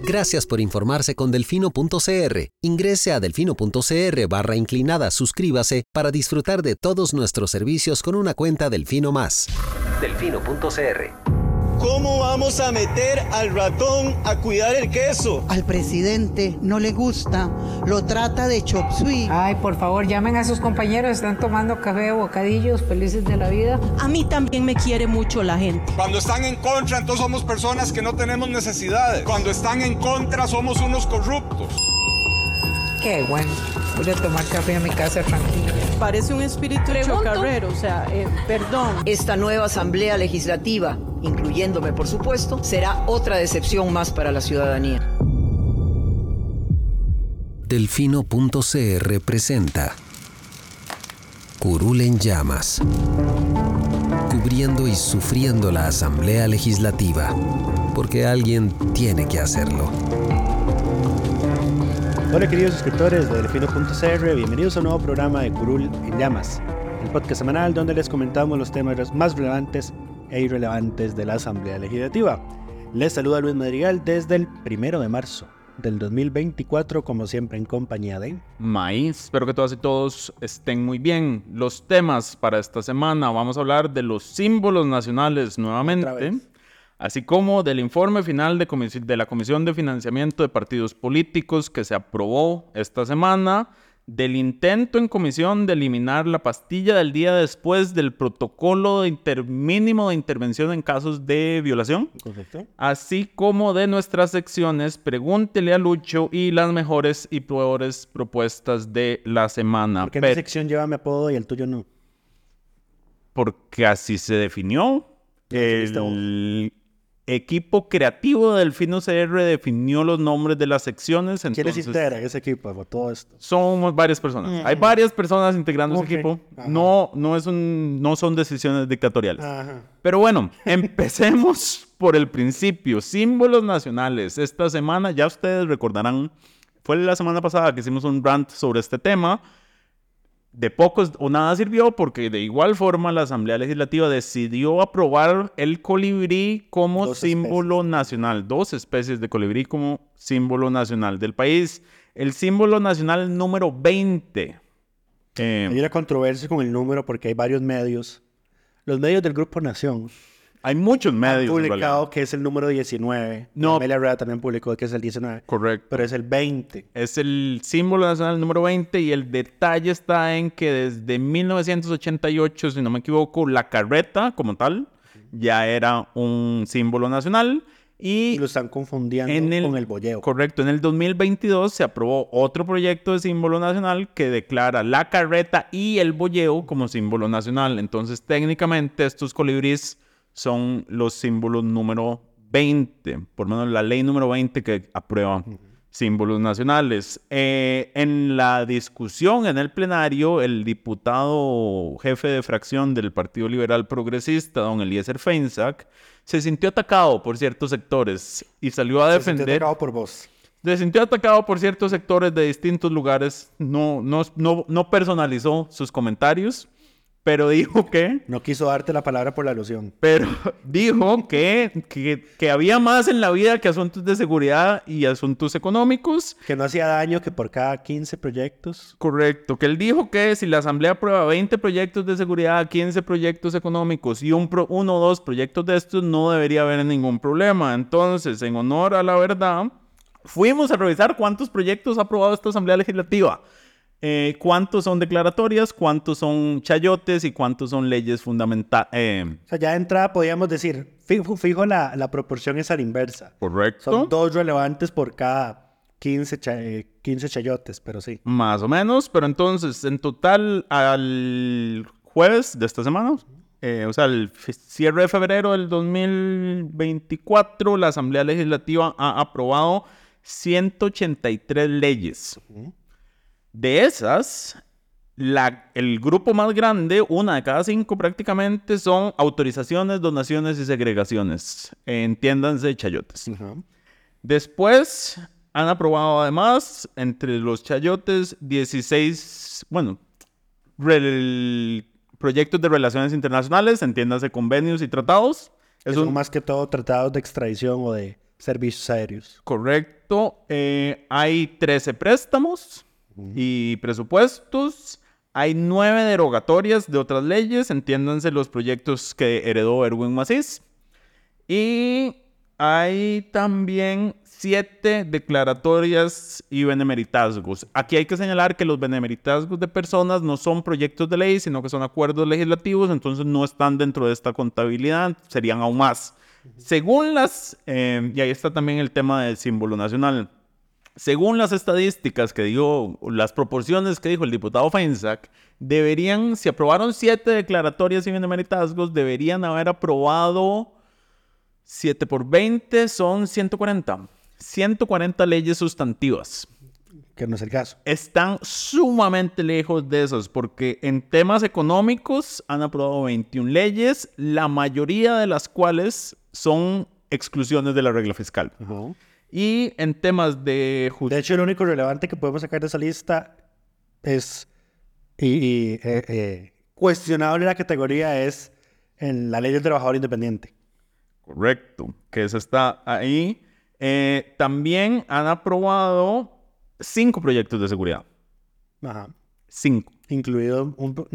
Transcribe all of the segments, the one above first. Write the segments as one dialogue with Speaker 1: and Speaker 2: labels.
Speaker 1: Gracias por informarse con Delfino.cr. Ingrese a Delfino.cr/inclinada, suscríbase para disfrutar de todos nuestros servicios con una cuenta Delfino Más. Delfino.cr.
Speaker 2: ¿Cómo vamos a meter al ratón a cuidar el queso?
Speaker 3: Al presidente no le gusta, lo trata de chop suey.
Speaker 4: Ay, por favor, llamen a sus compañeros, están tomando café, bocadillos, felices de la vida.
Speaker 5: A mí también me quiere mucho la gente.
Speaker 6: Cuando están en contra, entonces somos personas que no tenemos necesidades. Cuando están en contra, somos unos corruptos.
Speaker 4: Qué bueno, voy a tomar café en mi casa tranquila.
Speaker 5: Parece un espíritu chocarrero, perdón.
Speaker 7: Esta nueva Asamblea Legislativa, incluyéndome por supuesto, será otra decepción más para la ciudadanía.
Speaker 1: Delfino.cr presenta Curul en llamas, cubriendo y sufriendo la Asamblea Legislativa, porque alguien tiene que hacerlo.
Speaker 8: Hola queridos suscriptores de Delfino.cr, bienvenidos a un nuevo programa de Curul en Llamas, el podcast semanal donde les comentamos los temas más relevantes e irrelevantes de la Asamblea Legislativa. Les saluda Luis Madrigal desde el 1 de marzo del 2024, como siempre en compañía de
Speaker 9: Maíz. Espero que todas y todos estén muy bien. Los temas para esta semana: vamos a hablar de los símbolos nacionales nuevamente, así como del informe final de la Comisión de Financiamiento de Partidos Políticos que se aprobó esta semana, del intento en comisión de eliminar la pastilla del día después del protocolo mínimo de intervención en casos de violación.
Speaker 8: Correcto.
Speaker 9: Así como de nuestras secciones Pregúntele a Lucho y las mejores y peores propuestas de la semana.
Speaker 8: ¿Por qué mi sección lleva mi apodo y el tuyo no?
Speaker 9: Porque así se definió. El equipo creativo de Delfino.cr definió los nombres de las secciones.
Speaker 8: ¿Quiénes integran ese equipo por todo esto?
Speaker 9: Somos varias personas. Hay varias personas integrando ese equipo. No son decisiones dictatoriales. Ajá. Pero bueno, empecemos por el principio. Símbolos nacionales. Esta semana, ya ustedes recordarán, fue la semana pasada que hicimos un rant sobre este tema. De pocos o nada sirvió, porque de igual forma la Asamblea Legislativa decidió aprobar el colibrí como símbolo nacional. 2 especies de colibrí como símbolo nacional del país. El símbolo nacional número 20.
Speaker 8: Hay una controversia con el número porque hay varios medios. Los medios del Grupo Nación.
Speaker 9: Hay muchos medios.
Speaker 8: Han publicado que es el número 19.
Speaker 9: No.
Speaker 8: Amelia Rueda también publicó que es el 19.
Speaker 9: Correcto.
Speaker 8: Pero es el 20.
Speaker 9: Es el símbolo nacional número 20 y el detalle está en que desde 1988, si no me equivoco, la carreta como tal ya era un símbolo nacional. Y
Speaker 8: lo están confundiendo con el boyeo.
Speaker 9: Correcto. En el 2022 se aprobó otro proyecto de símbolo nacional que declara la carreta y el boyeo como símbolo nacional. Entonces, técnicamente, estos colibríes son los símbolos número 20, por lo menos la ley número 20 que aprueba símbolos nacionales. En la discusión en el plenario, el diputado jefe de fracción del Partido Liberal Progresista, don Eliezer Feinsack, se sintió atacado por ciertos sectores y salió a defender...
Speaker 8: Se sintió atacado por vos.
Speaker 9: Se sintió atacado por ciertos sectores de distintos lugares. No personalizó sus comentarios, pero dijo que...
Speaker 8: No quiso darte la palabra por la alusión.
Speaker 9: Pero dijo que había más en la vida que asuntos de seguridad y asuntos económicos.
Speaker 8: Que no hacía daño que por cada 15 proyectos.
Speaker 9: Correcto. Que él dijo que si la Asamblea aprueba 20 proyectos de seguridad, 15 proyectos económicos y uno o dos proyectos de estos, no debería haber ningún problema. Entonces, en honor a la verdad, fuimos a revisar cuántos proyectos ha aprobado esta Asamblea Legislativa. ¿Cuántos son declaratorias, cuántos son chayotes y cuántos son leyes fundamentales?
Speaker 8: O sea, ya de entrada podríamos decir, fijo la proporción es a la inversa.
Speaker 9: Correcto.
Speaker 8: Son 2 relevantes por cada 15 chayotes, pero sí.
Speaker 9: Más o menos, pero entonces, en total, al jueves de esta semana, o sea, el cierre de febrero del 2024, la Asamblea Legislativa ha aprobado 183 leyes. De esas, el grupo más grande, 1 de cada 5 prácticamente, son autorizaciones, donaciones y segregaciones. Entiéndanse, chayotes. Después, han aprobado además, entre los chayotes, 16, proyectos de relaciones internacionales, entiéndase convenios y tratados.
Speaker 8: Son más que todo tratados de extradición o de servicios aéreos.
Speaker 9: Correcto. Hay 13 préstamos y presupuestos. Hay 9 derogatorias de otras leyes, entiéndanse los proyectos que heredó Erwin Macís. Y hay también 7 declaratorias y benemeritazgos. Aquí hay que señalar que los benemeritazgos de personas no son proyectos de ley, sino que son acuerdos legislativos, entonces no están dentro de esta contabilidad, serían aún más. Según las, y ahí está también el tema del símbolo nacional. Según las estadísticas que dio, las proporciones que dijo el diputado Feinsack, deberían, si aprobaron 7 declaratorias y benemeritazgos, deberían haber aprobado 7 por 20, son 140. 140 leyes sustantivas.
Speaker 8: Que no es el caso.
Speaker 9: Están sumamente lejos de esos, porque en temas económicos han aprobado 21 leyes, la mayoría de las cuales son exclusiones de la regla fiscal.
Speaker 8: Uh-huh.
Speaker 9: Y en temas de
Speaker 8: De hecho, lo único relevante que podemos sacar de esa lista es, cuestionable la categoría, es en la ley del trabajador independiente.
Speaker 9: Correcto, que eso está ahí. También han aprobado 5 proyectos de seguridad.
Speaker 8: Ajá.
Speaker 9: 5.
Speaker 8: Incluido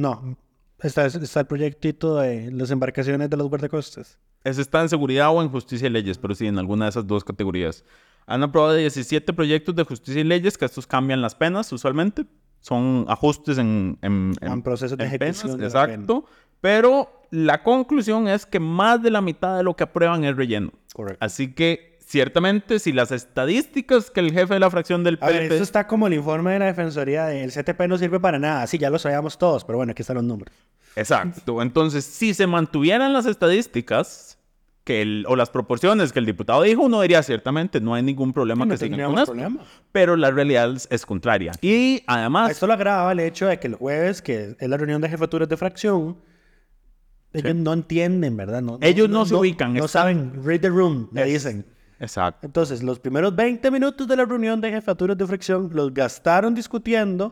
Speaker 8: está el proyectito de las embarcaciones de los guardacostas.
Speaker 9: Ese está en seguridad o en justicia y leyes, pero sí, en alguna de esas dos categorías. Han aprobado 17 proyectos de justicia y leyes, que estos cambian las penas usualmente. Son ajustes en
Speaker 8: procesos de ejecución.
Speaker 9: Penas, exacto. Pero la conclusión es que más de la mitad de lo que aprueban es relleno.
Speaker 8: Correcto.
Speaker 9: Así que, ciertamente, si las estadísticas que el jefe de la fracción del
Speaker 8: A ver,
Speaker 9: PP...
Speaker 8: esto está como el informe de la Defensoría de el CTP no sirve para nada. Sí, ya lo sabíamos todos, pero bueno, aquí están los números.
Speaker 9: Exacto. Entonces, si se mantuvieran las estadísticas o las proporciones que el diputado dijo, uno diría ciertamente no hay ningún problema que sigan con esto. Pero la realidad es contraria. Y además...
Speaker 8: Esto lo agrava el hecho de que el jueves, que es la reunión de jefaturas de fracción, ellos no entienden, ¿verdad?
Speaker 9: Ellos no se ubican.
Speaker 8: No saben, read the room, le dicen.
Speaker 9: Exacto.
Speaker 8: Entonces, los primeros 20 minutos de la reunión de jefaturas de fracción los gastaron discutiendo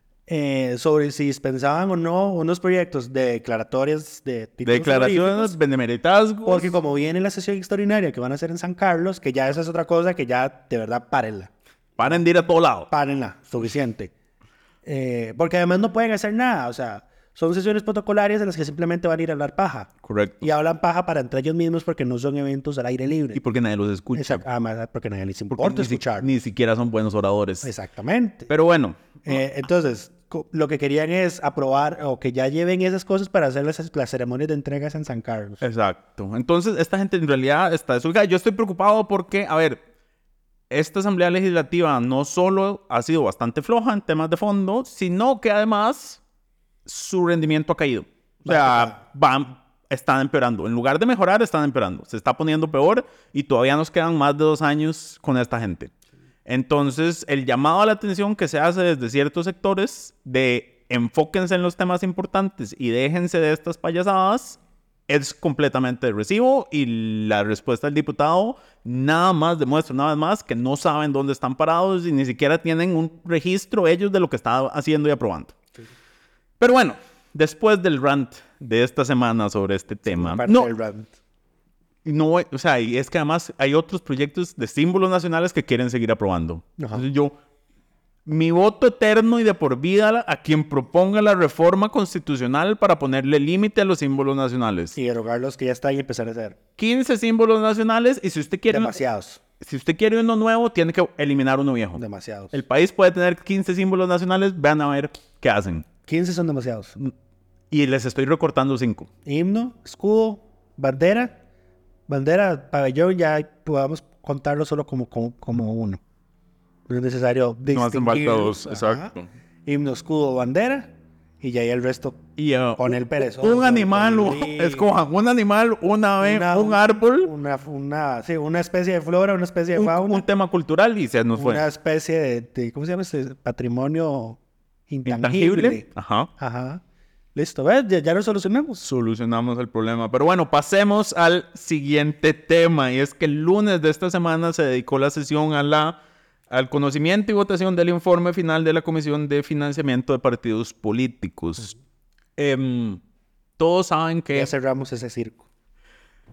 Speaker 8: sobre si dispensaban o no unos proyectos de declaratorias de títulos
Speaker 9: declaraciones, benemeritazgos.
Speaker 8: Porque como viene la sesión extraordinaria que van a hacer en San Carlos, que ya esa es otra cosa que ya, de verdad, párenla.
Speaker 9: Paren de ir a todo lado.
Speaker 8: Párenla, suficiente. Porque además no pueden hacer nada, o sea, son sesiones protocolarias en las que simplemente van a ir a hablar paja.
Speaker 9: Correcto.
Speaker 8: Y hablan paja para entre ellos mismos porque no son eventos al aire libre.
Speaker 9: Y porque nadie los escucha.
Speaker 8: Exacto. Además, porque nadie les importa escuchar.
Speaker 9: Ni siquiera son buenos oradores.
Speaker 8: Exactamente.
Speaker 9: Pero bueno.
Speaker 8: Entonces, lo que querían es aprobar o que ya lleven esas cosas para hacer las ceremonias de entregas en San Carlos.
Speaker 9: Exacto. Entonces, esta gente en realidad está desubicada. Yo estoy preocupado porque, a ver, esta Asamblea Legislativa no solo ha sido bastante floja en temas de fondo, sino que además su rendimiento ha caído. O sea, están empeorando. En lugar de mejorar, están empeorando. Se está poniendo peor y todavía nos quedan más de 2 años con esta gente. Entonces, el llamado a la atención que se hace desde ciertos sectores de enfóquense en los temas importantes y déjense de estas payasadas es completamente de recibo, y la respuesta del diputado nada más demuestra una vez más que no saben dónde están parados y ni siquiera tienen un registro ellos de lo que están haciendo y aprobando. Sí. Pero bueno, después del rant de esta semana sobre este tema... No, o sea, y es que además hay otros proyectos de símbolos nacionales que quieren seguir aprobando. Ajá. Entonces mi voto eterno y de por vida a quien proponga la reforma constitucional para ponerle límite a los símbolos nacionales.
Speaker 8: Y derogar los que ya están y empezar a hacer.
Speaker 9: 15 símbolos nacionales, y si usted quiere...
Speaker 8: Demasiados.
Speaker 9: Si usted quiere uno nuevo, tiene que eliminar uno viejo.
Speaker 8: Demasiados.
Speaker 9: El país puede tener 15 símbolos nacionales, vean a ver qué hacen.
Speaker 8: 15 son demasiados.
Speaker 9: Y les estoy recortando 5.
Speaker 8: Himno, escudo, bandera, pabellón, ya podamos contarlo solo como uno. No es necesario distinguir.
Speaker 9: No hacen falta 2, exacto.
Speaker 8: Himno, escudo, bandera, y ya ahí el resto con el perezoso.
Speaker 9: Un animal, escojan un animal, un ave, un árbol.
Speaker 8: Una especie de flora, una especie de fauna.
Speaker 9: Un tema cultural y se nos fue.
Speaker 8: Una especie de ¿cómo se llama este? Patrimonio intangible. Ajá. Listo, ¿ves? Ya lo solucionamos.
Speaker 9: Solucionamos el problema. Pero bueno, pasemos al siguiente tema. Y es que el lunes de esta semana se dedicó la sesión al conocimiento y votación del informe final de la Comisión de Financiamiento de Partidos Políticos. Todos saben que...
Speaker 8: Ya cerramos ese circo.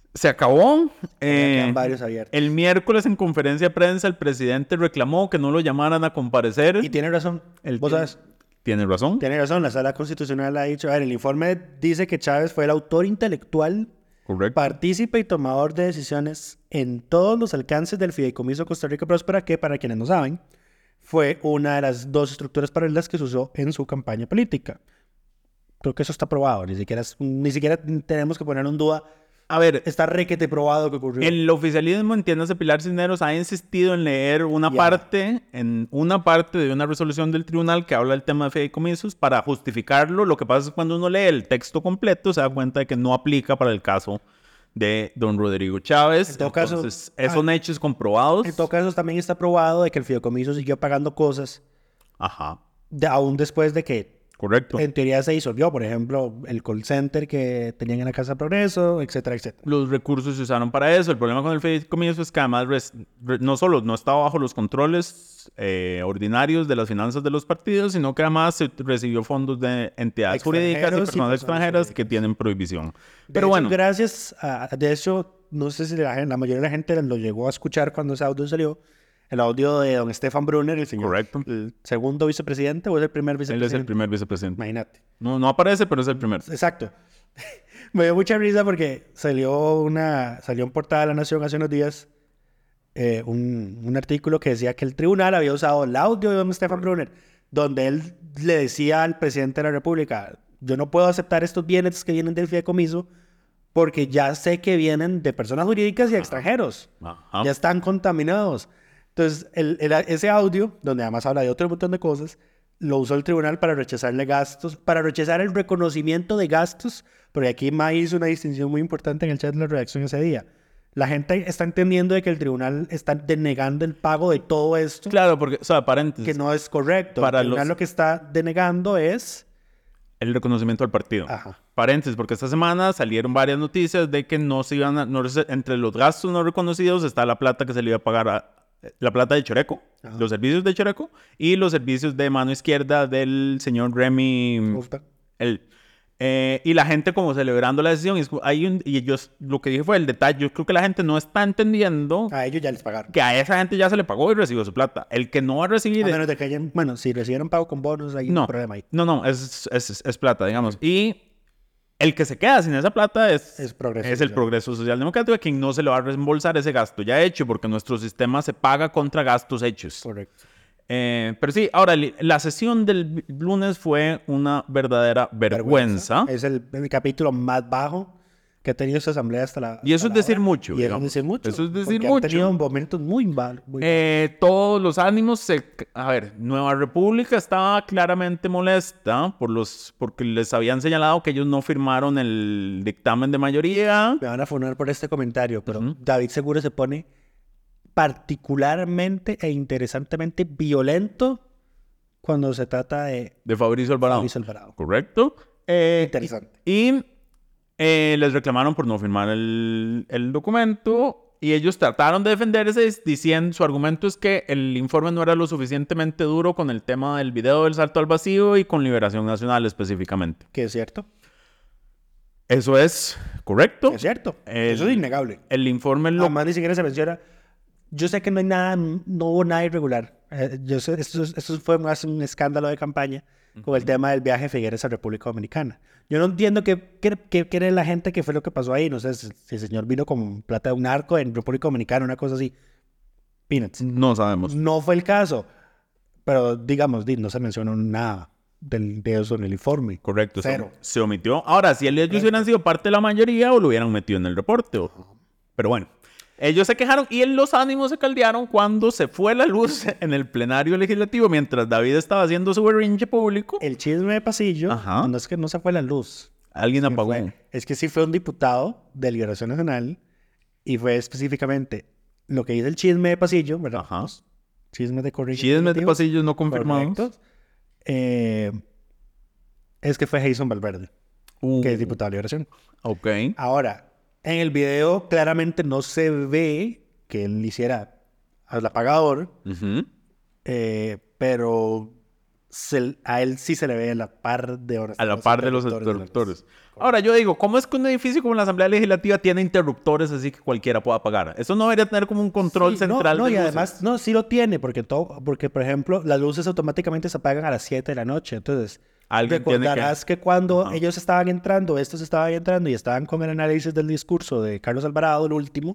Speaker 9: Se acabó.
Speaker 8: Quedan varios abiertos.
Speaker 9: El miércoles en conferencia de prensa el presidente reclamó que no lo llamaran a comparecer.
Speaker 8: Y tiene razón. ¿Vos sabes?
Speaker 9: ¿Tiene razón?
Speaker 8: Tiene razón. La Sala Constitucional ha dicho, a ver, el informe dice que Chávez fue el autor intelectual,
Speaker 9: correcto,
Speaker 8: partícipe y tomador de decisiones en todos los alcances del Fideicomiso Costa Rica Próspera, que para quienes no saben, fue una de las 2 estructuras paralelas que se usó en su campaña política. Creo que eso está probado. Ni siquiera tenemos que poner en duda. A ver, está requete probado que ocurrió.
Speaker 9: El oficialismo, entiéndase, Pilar Cisneros, ha insistido en leer una parte de una resolución del tribunal que habla del tema de fideicomisos para justificarlo. Lo que pasa es que cuando uno lee el texto completo se da cuenta de que no aplica para el caso de don Rodrigo Chávez.
Speaker 8: En todo caso,
Speaker 9: entonces, son hechos comprobados.
Speaker 8: En todo caso, también está probado de que el fideicomiso siguió pagando cosas.
Speaker 9: Ajá.
Speaker 8: Aún después de que,
Speaker 9: correcto,
Speaker 8: en teoría se disolvió. Por ejemplo, el call center que tenían en la Casa Progreso, etcétera, etcétera.
Speaker 9: Los recursos se usaron para eso. El problema con el fideicomiso es que además no solo no estaba bajo los controles ordinarios de las finanzas de los partidos, sino que además se recibió fondos de entidades jurídicas y personas extranjeras que tienen prohibición. Pero
Speaker 8: hecho,
Speaker 9: bueno.
Speaker 8: Gracias a... De hecho, no sé si la mayoría de la gente lo llegó a escuchar cuando ese audio salió. El audio de don Stefan Brunner, el señor.
Speaker 9: Correcto.
Speaker 8: ¿El segundo vicepresidente o es el primer vicepresidente?
Speaker 9: Él es el primer vicepresidente.
Speaker 8: Imagínate.
Speaker 9: No aparece, pero es el primero.
Speaker 8: Exacto. Me dio mucha risa porque salió en portada de La Nación hace unos días un artículo que decía que el tribunal había usado el audio de don Stefan Brunner, donde él le decía al presidente de la República, yo no puedo aceptar estos bienes que vienen del fideicomiso porque ya sé que vienen de personas jurídicas y extranjeros.
Speaker 9: Ajá.
Speaker 8: Ya están contaminados. Entonces, ese audio, donde además habla de otro montón de cosas, lo usó el tribunal para rechazarle gastos, para rechazar el reconocimiento de gastos, porque aquí May hizo una distinción muy importante en el chat de la redacción ese día. La gente está entendiendo de que el tribunal está denegando el pago de todo esto.
Speaker 9: Claro, porque, o sea, paréntesis.
Speaker 8: Que no es correcto.
Speaker 9: Para
Speaker 8: el tribunal lo que está denegando es
Speaker 9: el reconocimiento del partido.
Speaker 8: Ajá.
Speaker 9: Paréntesis, porque esta semana salieron varias noticias de que no se iban entre los gastos no reconocidos está la plata que se le iba a pagar la plata de Choreco, ajá, los servicios de Choreco y los servicios de mano izquierda del señor Remy. Y la gente como celebrando la decisión. Y yo lo que dije fue el detalle. Yo creo que la gente no está entendiendo.
Speaker 8: A ellos ya les pagaron.
Speaker 9: Que a esa gente ya se le pagó y recibió su plata. El que no va a recibir.
Speaker 8: A menos de que hayan, bueno, si recibieron pago con bonos, hay un problema ahí.
Speaker 9: No, es plata, digamos. Y el que se queda sin esa plata es el Progreso Social Democrático, a quien no se le va a reembolsar ese gasto ya hecho, porque nuestro sistema se paga contra gastos hechos.
Speaker 8: Correcto.
Speaker 9: Pero sí, ahora, la sesión del lunes fue una verdadera vergüenza.
Speaker 8: Es el capítulo más bajo que ha tenido esta asamblea hasta la...
Speaker 9: Y eso es decir mucho.
Speaker 8: Y eso es decir mucho.
Speaker 9: Eso es decir
Speaker 8: mucho. Han tenido momentos muy malos.
Speaker 9: Todos los ánimos A ver, Nueva República estaba claramente molesta porque les habían señalado que ellos no firmaron el dictamen de mayoría.
Speaker 8: Me van a funar por este comentario, pero David Seguro se pone particularmente e interesantemente violento cuando se trata de
Speaker 9: Fabricio Alvarado. Correcto.
Speaker 8: Interesante.
Speaker 9: Y les reclamaron por no firmar el documento y ellos trataron de defenderse diciendo, su argumento es que el informe no era lo suficientemente duro con el tema del video del salto al vacío y con Liberación Nacional específicamente.
Speaker 8: Que es cierto.
Speaker 9: Eso es correcto.
Speaker 8: Es cierto. Eso es innegable.
Speaker 9: El informe
Speaker 8: además ni siquiera se menciona. Yo sé que no hubo nada irregular. Yo sé, esto fue más un escándalo de campaña con el tema del viaje de Figueres a República Dominicana. Yo no entiendo qué cree la gente que fue lo que pasó ahí. No sé si el señor vino con plata de un narco en República Dominicana, una cosa así. Peanuts.
Speaker 9: No sabemos.
Speaker 8: No fue el caso. Pero, digamos, no se mencionó nada de eso en el informe.
Speaker 9: Correcto.
Speaker 8: Cero.
Speaker 9: Se omitió. Ahora, si ellos hubieran sido parte de la mayoría o lo hubieran metido en el reporte. Pero bueno. Ellos se quejaron y los ánimos se caldearon cuando se fue la luz en el plenario legislativo mientras David estaba haciendo su berrinche público.
Speaker 8: El chisme de pasillo, no es que no se fue la luz.
Speaker 9: Alguien apagó.
Speaker 8: Es que sí fue un diputado de Liberación Nacional y fue específicamente lo que dice el chisme de pasillo, ¿verdad?
Speaker 9: Ajá.
Speaker 8: Chismes de correo.
Speaker 9: Chismes de pasillo no confirmados.
Speaker 8: Correcto. Es que fue Jason Valverde, que es diputado de Liberación.
Speaker 9: Ok.
Speaker 8: Ahora, en el video claramente no se ve que él hiciera al apagador, pero a él sí se le ve a la par de horas.
Speaker 9: A la par de los interruptores. Ahora, yo digo, ¿cómo es que un edificio como la Asamblea Legislativa tiene interruptores así que cualquiera pueda apagar? Eso no debería tener como un control central de
Speaker 8: y
Speaker 9: luces.
Speaker 8: además, sí lo tiene, porque, por ejemplo, las luces automáticamente se apagan a las 7 de la noche. Entonces, recordarás que cuando ellos estaban entrando y estaban con el análisis del discurso de Carlos Alvarado, el último,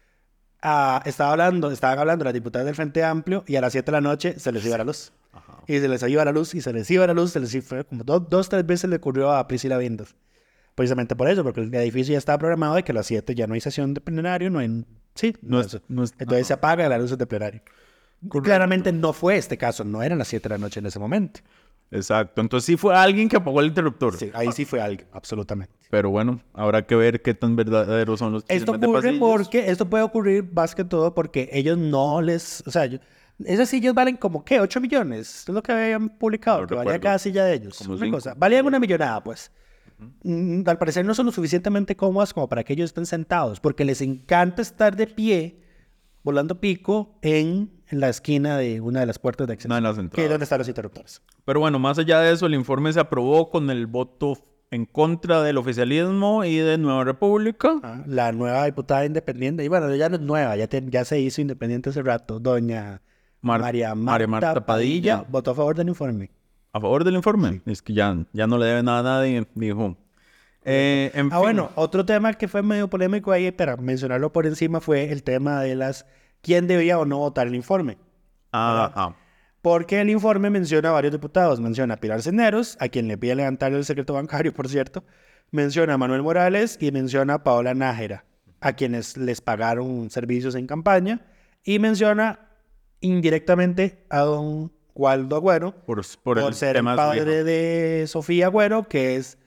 Speaker 8: estaban hablando las diputadas del Frente Amplio y a las 7 de la noche se les iba la luz. Ajá. Y se les iba la luz, y se les iba la luz, fue como 2-3 veces le ocurrió a Priscila Vindas. Precisamente por eso, porque el edificio ya estaba programado de que a las 7 ya no hay sesión de plenario, entonces se apagan las luces de plenario. Correcto. Claramente no fue este caso, no eran las 7 de la noche en ese momento.
Speaker 9: Exacto, entonces sí fue alguien que apagó el interruptor.
Speaker 8: Sí, ahí sí fue alguien, absolutamente.
Speaker 9: Pero bueno, habrá que ver qué tan verdaderos son los
Speaker 8: chismes de pasillos. Esto puede ocurrir más que todo porque ellos no les... O sea, esas sillas valen como, ¿qué? 8 millones. Es lo que habían publicado, que valía cada silla de ellos. Una cosa. Valían una millonada, pues. Al parecer no son lo suficientemente cómodas como para que ellos estén sentados, porque les encanta estar de pie, volando pico, en la esquina de una de las puertas de acceso. Que es donde están los interruptores.
Speaker 9: Pero bueno, más allá de eso, el informe se aprobó con el voto en contra del oficialismo y de Nueva República.
Speaker 8: La nueva diputada independiente, y bueno, ya no es nueva, ya se hizo independiente hace rato, doña María Marta Padilla, votó a favor del informe.
Speaker 9: ¿A favor del informe? Sí. Es que ya no le debe nada a nadie, dijo. En fin.
Speaker 8: Bueno, otro tema que fue medio polémico ahí, para mencionarlo por encima, fue el tema de quién debía o no votar el informe. Porque el informe menciona a varios diputados. Menciona a Pilar Cisneros, a quien le pide levantar el secreto bancario, por cierto. Menciona a Manuel Morales y menciona a Paola Nájera, a quienes les pagaron servicios en campaña. Y menciona indirectamente a don Waldo Agüero por ser el padre de Sofía Agüero, que es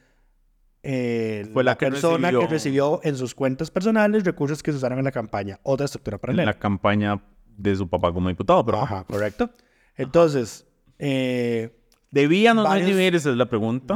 Speaker 8: fue la persona que recibió en sus cuentas personales recursos que se usaron en la campaña. Otra estructura paralela.
Speaker 9: En la campaña de su papá como diputado, pero...
Speaker 8: Ajá, correcto. Entonces,
Speaker 9: ¿debían o no debían? Esa es la pregunta.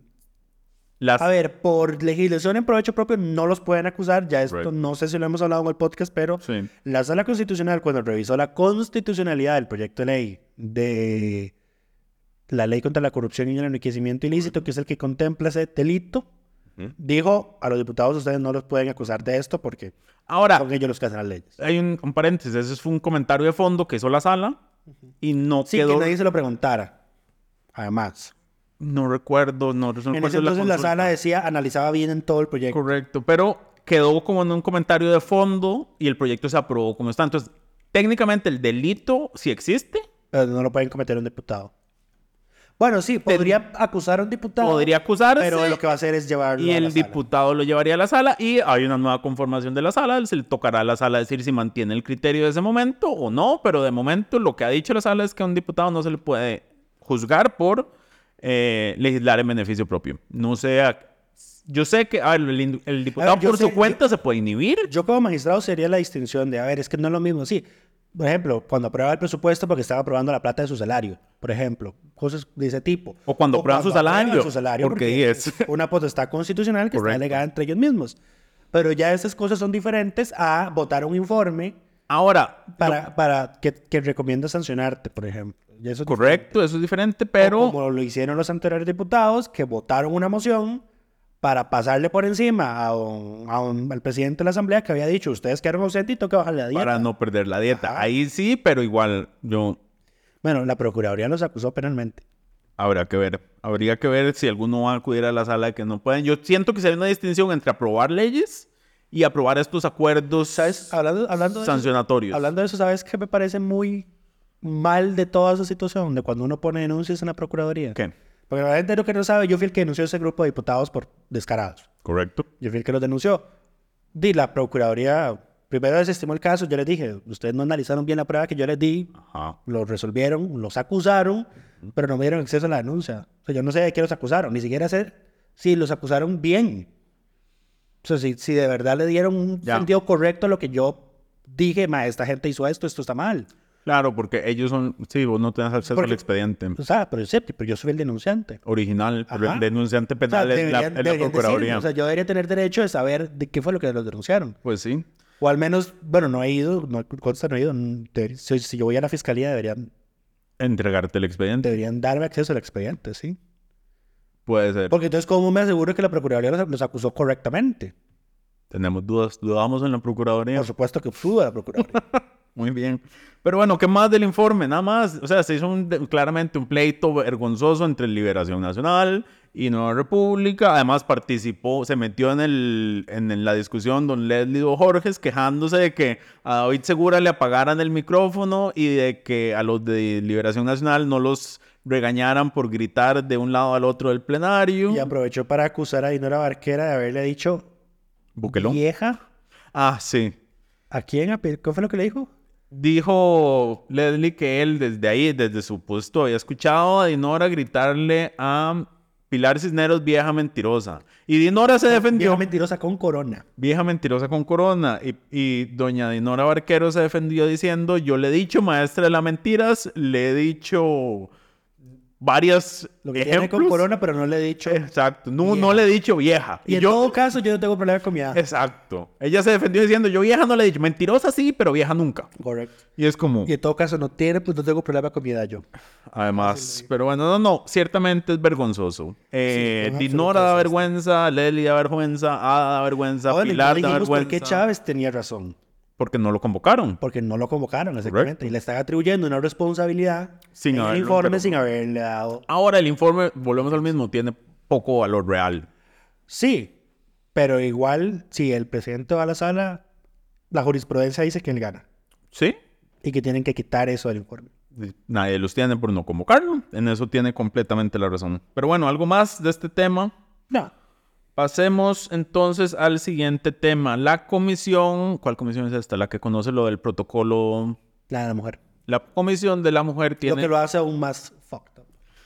Speaker 8: A ver, por legislación en provecho propio no los pueden acusar. Ya esto no sé si lo hemos hablado en el podcast, pero la Sala Constitucional, cuando revisó la constitucionalidad del proyecto de ley de la Ley contra la Corrupción y el Enriquecimiento Ilícito, que es el que contempla ese delito, dijo a los diputados: ustedes no los pueden acusar de esto porque son ellos los que hacen las leyes.
Speaker 9: Hay un paréntesis, ese fue un comentario de fondo que hizo la Sala y no quedó...
Speaker 8: que nadie se lo preguntara, además.
Speaker 9: No recuerdo,
Speaker 8: en ese entonces la Sala decía, analizaba bien en todo el proyecto.
Speaker 9: Correcto, pero quedó como en un comentario de fondo y el proyecto se aprobó como está. Entonces, técnicamente el delito sí existe.
Speaker 8: Pero no lo pueden cometer un diputado. Bueno, sí, podría acusar a un diputado.
Speaker 9: Podría acusarse.
Speaker 8: Pero lo que va a hacer es llevarlo a la sala.
Speaker 9: Y el diputado lo llevaría a la sala y hay una nueva conformación de la sala. Se le tocará a la sala decir si mantiene el criterio de ese momento o no. Pero de momento lo que ha dicho la sala es que a un diputado no se le puede juzgar por legislar en beneficio propio. No sé... Yo sé que el diputado por su cuenta se puede inhibir.
Speaker 8: Yo como magistrado sería la distinción de, es que no es lo mismo. Sí, por ejemplo, cuando aprueba el presupuesto porque estaba aprobando la plata de su salario, por ejemplo, cosas de ese tipo.
Speaker 9: O cuando aprueban su salario.
Speaker 8: Porque es una potestad constitucional que está delegada entre ellos mismos. Pero ya esas cosas son diferentes a votar un informe
Speaker 9: ahora
Speaker 8: para que recomienda sancionarte, por ejemplo. Y eso
Speaker 9: correcto, eso es diferente, pero...
Speaker 8: O como lo hicieron los anteriores diputados, que votaron una moción para pasarle por encima al presidente de la Asamblea que había dicho, ustedes quedaron ausentes y toca bajarle la dieta.
Speaker 9: Para no perder la dieta. Ajá. Ahí sí, pero igual
Speaker 8: Bueno, la Procuraduría los acusó penalmente.
Speaker 9: Habría que ver si alguno va a acudir a la sala que no pueden. Yo siento que se hay una distinción entre aprobar leyes y aprobar estos acuerdos,
Speaker 8: ¿sabes? Hablando
Speaker 9: sancionatorios.
Speaker 8: Hablando de eso, ¿sabes qué me parece muy mal de toda esa situación? De cuando uno pone denuncias en la Procuraduría.
Speaker 9: ¿Qué?
Speaker 8: Porque la gente lo que no sabe, yo fui el que denunció a ese grupo de diputados por descarados.
Speaker 9: Correcto.
Speaker 8: Yo fui el que los denunció. La Procuraduría primero desestimó el caso. Yo les dije, ustedes no analizaron bien la prueba que yo les di. Ajá. Lo resolvieron, los acusaron, pero no me dieron acceso a la denuncia. O sea, yo no sé de qué los acusaron. Ni siquiera sé si los acusaron bien. O sea, si de verdad le dieron un sentido correcto a lo que yo dije, esta gente hizo esto está mal.
Speaker 9: Claro, porque ellos son... Sí, vos no tenés acceso al expediente.
Speaker 8: O sea, pero yo soy el denunciante.
Speaker 9: Original. Pero el denunciante penal es la Procuraduría.
Speaker 8: O sea, yo debería tener derecho de saber de qué fue lo que los denunciaron.
Speaker 9: Pues sí.
Speaker 8: O al menos, bueno, no he ido. Si yo voy a la fiscalía deberían
Speaker 9: Entregarte el expediente.
Speaker 8: Deberían darme acceso al expediente, sí.
Speaker 9: Puede ser.
Speaker 8: Porque entonces, ¿cómo me aseguro que la Procuraduría los acusó correctamente?
Speaker 9: Tenemos dudas. Dudamos en la Procuraduría.
Speaker 8: Por supuesto que suda la Procuraduría.
Speaker 9: Muy bien. Pero bueno, ¿qué más del informe? Nada más. O sea, se hizo claramente un pleito vergonzoso entre Liberación Nacional y Nueva República. Además participó, se metió en la discusión don Leslie Jorges quejándose de que a David Segura le apagaran el micrófono y de que a los de Liberación Nacional no los regañaran por gritar de un lado al otro del plenario.
Speaker 8: Y aprovechó para acusar a Dinora Barquera de haberle dicho
Speaker 9: ¿Buquelón?
Speaker 8: vieja.
Speaker 9: Ah, sí.
Speaker 8: ¿A quién? ¿Qué fue lo que le dijo?
Speaker 9: Dijo Leslie que él desde su puesto había escuchado a Dinora gritarle a Pilar Cisneros vieja mentirosa. Y Dinora se defendió.
Speaker 8: Vieja mentirosa con corona.
Speaker 9: Vieja mentirosa con corona. Y doña Dinora Barquero se defendió diciendo, yo le he dicho maestra de las mentiras, le he dicho varias
Speaker 8: Lo que
Speaker 9: ejemplos.
Speaker 8: tiene con corona, pero no le he dicho.
Speaker 9: Exacto. No le he dicho vieja.
Speaker 8: Y en todo caso, yo no tengo problema con mi edad.
Speaker 9: Exacto. Ella se defendió diciendo, yo vieja no le he dicho. Mentirosa sí, pero vieja nunca.
Speaker 8: Correcto.
Speaker 9: Y es como...
Speaker 8: Y en todo caso, no tengo problema con mi edad yo.
Speaker 9: Además, pero bueno, no, ciertamente es vergonzoso. Dinora da
Speaker 8: absoluto
Speaker 9: vergüenza, Leslie da vergüenza, Ada da vergüenza,
Speaker 8: Ahora,
Speaker 9: Pilar
Speaker 8: no
Speaker 9: da
Speaker 8: dijimos
Speaker 9: vergüenza.
Speaker 8: por qué Chávez tenía razón.
Speaker 9: Porque no lo convocaron.
Speaker 8: Porque no lo convocaron, exactamente.
Speaker 9: Correcto.
Speaker 8: Y le están atribuyendo una responsabilidad
Speaker 9: Sin
Speaker 8: en el
Speaker 9: haberlo,
Speaker 8: informe
Speaker 9: pero-
Speaker 8: sin haberle dado.
Speaker 9: Ahora el informe, volvemos al mismo, tiene poco valor real.
Speaker 8: Sí, pero igual, si el presidente va a la sala, la jurisprudencia dice que él gana.
Speaker 9: ¿Sí?
Speaker 8: Y que tienen que quitar eso del informe.
Speaker 9: Nadie los tiene por no convocarlo. En eso tiene completamente la razón. Pero bueno, algo más de este tema.
Speaker 8: No.
Speaker 9: Pasemos entonces al siguiente tema. La comisión... ¿Cuál comisión es esta? La que conoce lo del protocolo...
Speaker 8: La de la mujer.
Speaker 9: La comisión de la mujer tiene...
Speaker 8: Lo que lo hace aún más fucked up.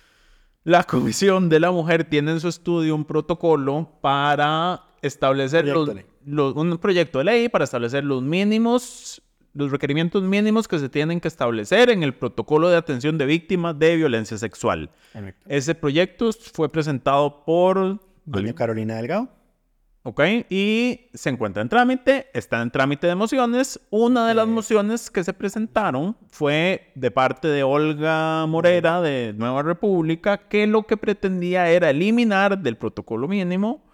Speaker 9: La Comisión de la Mujer tiene en su estudio un protocolo para establecer un proyecto de ley para establecer los mínimos, los requerimientos mínimos que se tienen que establecer en el protocolo de atención de víctimas de violencia sexual.
Speaker 8: Correcto.
Speaker 9: Ese proyecto fue presentado por...
Speaker 8: Doña Carolina Delgado.
Speaker 9: Ok, y se encuentra en trámite, está en trámite de mociones. Una de las mociones que se presentaron fue de parte de Olga Morera de Nueva República, que lo que pretendía era eliminar del protocolo mínimo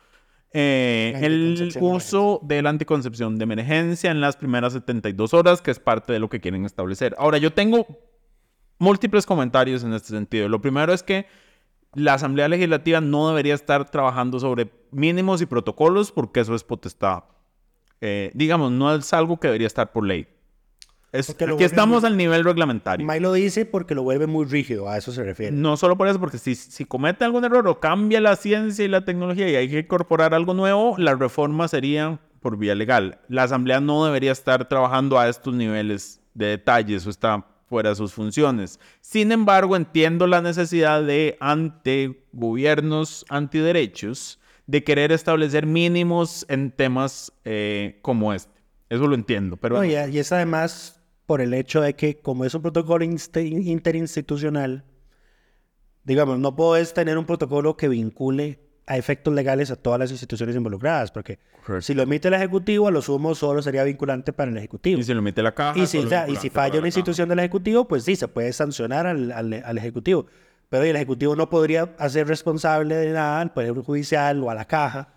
Speaker 9: el uso de la anticoncepción de emergencia en las primeras 72 horas, que es parte de lo que quieren establecer. Ahora, yo tengo múltiples comentarios en este sentido. Lo primero es que la Asamblea Legislativa no debería estar trabajando sobre mínimos y protocolos porque eso es potestad. Digamos, no es algo que debería estar por ley. Aquí estamos al nivel reglamentario.
Speaker 8: May lo dice porque lo vuelve muy rígido, a eso se refiere.
Speaker 9: No solo por eso, porque si comete algún error o cambia la ciencia y la tecnología y hay que incorporar algo nuevo, la reforma sería por vía legal. La Asamblea no debería estar trabajando a estos niveles de detalle, eso está fuera de sus funciones. Sin embargo, entiendo la necesidad de, ante gobiernos antiderechos, de querer establecer mínimos en temas como este. Eso lo entiendo. Pero
Speaker 8: No, y es además por el hecho de que, como es un protocolo interinstitucional, digamos, no puedes tener un protocolo que vincule a efectos legales a todas las instituciones involucradas, porque si lo emite el Ejecutivo, a lo sumo solo sería vinculante para el Ejecutivo.
Speaker 9: Y si lo emite la Caja...
Speaker 8: Y si falla una institución del Ejecutivo, pues sí, se puede sancionar al Ejecutivo. Pero el Ejecutivo no podría hacer responsable de nada al Poder Judicial o a la Caja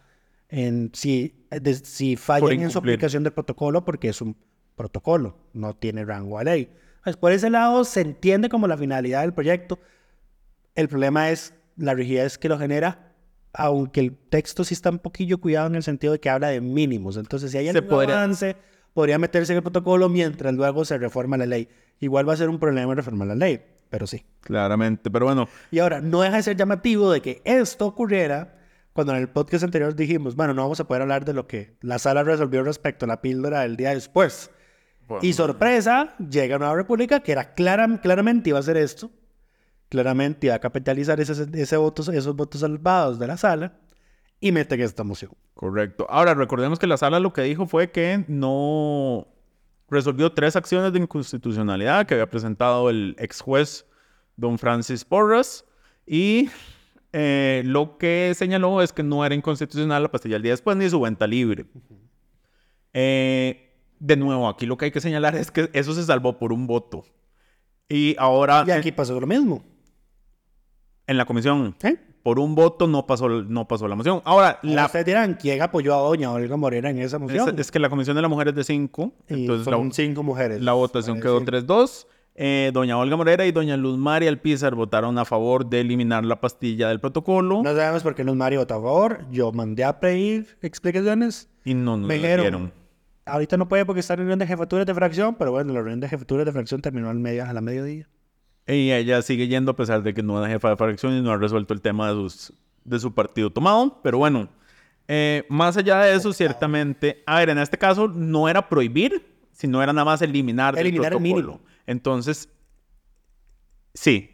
Speaker 8: si fallan en su aplicación del protocolo, porque es un protocolo, no tiene rango a ley. Pues por ese lado se entiende como la finalidad del proyecto. El problema es la rigidez que lo genera, aunque el texto sí está un poquillo cuidado en el sentido de que habla de mínimos. Entonces, si hay algún avance, podría meterse en el protocolo mientras luego se reforma la ley. Igual va a ser un problema reformar la ley, pero sí.
Speaker 9: Claramente, pero bueno.
Speaker 8: Y ahora, no deja de ser llamativo de que esto ocurriera cuando en el podcast anterior dijimos, bueno, no vamos a poder hablar de lo que la sala resolvió respecto a la píldora del día después. Bueno, y sorpresa, llega Nueva República, que era claramente iba a hacer esto. Claramente iba a capitalizar esos votos salvados de la sala y meten esta moción.
Speaker 9: Correcto. Ahora, recordemos que la sala lo que dijo fue que no resolvió 3 acciones de inconstitucionalidad que había presentado el ex juez don Francis Porras y lo que señaló es que no era inconstitucional la pastilla el día después ni su venta libre. De nuevo, aquí lo que hay que señalar es que eso se salvó por un voto. Y ahora...
Speaker 8: Y aquí pasó lo mismo.
Speaker 9: En la comisión, por un voto no pasó la moción. Ahora,
Speaker 8: ustedes dirán, ¿quién apoyó a doña Olga Morera en esa moción?
Speaker 9: Es que la comisión de la mujer es de 5.
Speaker 8: Entonces son 5 mujeres.
Speaker 9: La votación quedó 3-2. Doña Olga Morera y doña Luz María Alpizar votaron a favor de eliminar la pastilla del protocolo.
Speaker 8: No sabemos por qué Luz María votó a favor. Yo mandé a pedir explicaciones.
Speaker 9: Y no nos
Speaker 8: me
Speaker 9: dieron.
Speaker 8: Ahorita no puede porque está en reunión de jefaturas de fracción, pero bueno, la reunión de jefaturas de fracción terminó a la mediodía.
Speaker 9: Y ella sigue yendo a pesar de que no es jefa de fracción y no ha resuelto el tema de su partido tomado. Pero bueno, más allá de eso, ciertamente... A ver, en este caso no era prohibir, sino era nada más eliminar el protocolo.
Speaker 8: El mínimo.
Speaker 9: Entonces, sí.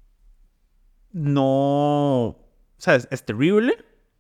Speaker 9: No... O sea, es terrible.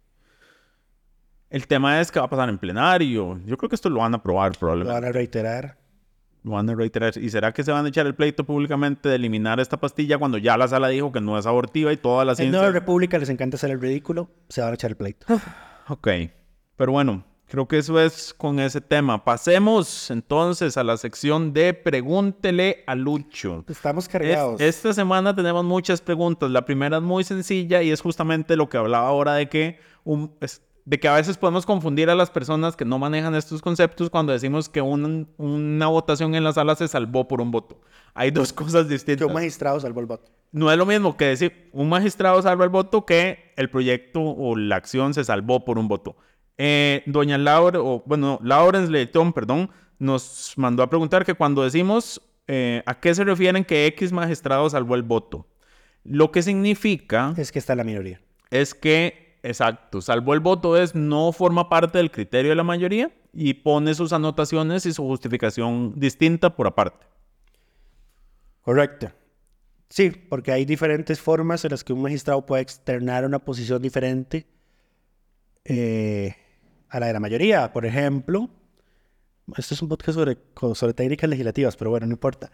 Speaker 9: El tema es que va a pasar en plenario. Yo creo que esto lo van a aprobar probablemente.
Speaker 8: Lo van a reiterar.
Speaker 9: Lo van a reiterar. ¿Y será que se van a echar el pleito públicamente de eliminar esta pastilla cuando ya la sala dijo que no es abortiva y toda la ciencia...
Speaker 8: En Nueva República les encanta hacer el ridículo. Se van a echar el pleito.
Speaker 9: Ok. Pero bueno, creo que eso es con ese tema. Pasemos entonces a la sección de Pregúntele a Lucho.
Speaker 8: Estamos cargados.
Speaker 9: Esta semana tenemos muchas preguntas. La primera es muy sencilla y es justamente lo que hablaba ahora de que a veces podemos confundir a las personas que no manejan estos conceptos cuando decimos que una votación en la sala se salvó por un voto. Hay dos cosas distintas.
Speaker 8: Que un magistrado salvó el voto.
Speaker 9: No es lo mismo que decir un magistrado salva el voto que el proyecto o la acción se salvó por un voto. Doña Lawrence Leitón, nos mandó a preguntar que cuando decimos ¿a qué se refieren que X magistrado salvó el voto? Lo que significa...
Speaker 8: Es que está en la minoría.
Speaker 9: Es que... Exacto, salvó el voto no forma parte del criterio de la mayoría y pone sus anotaciones y su justificación distinta por aparte.
Speaker 8: Correcto. Sí, porque hay diferentes formas en las que un magistrado puede externar una posición diferente a la de la mayoría. Por ejemplo, esto es un podcast sobre técnicas legislativas, pero bueno, no importa.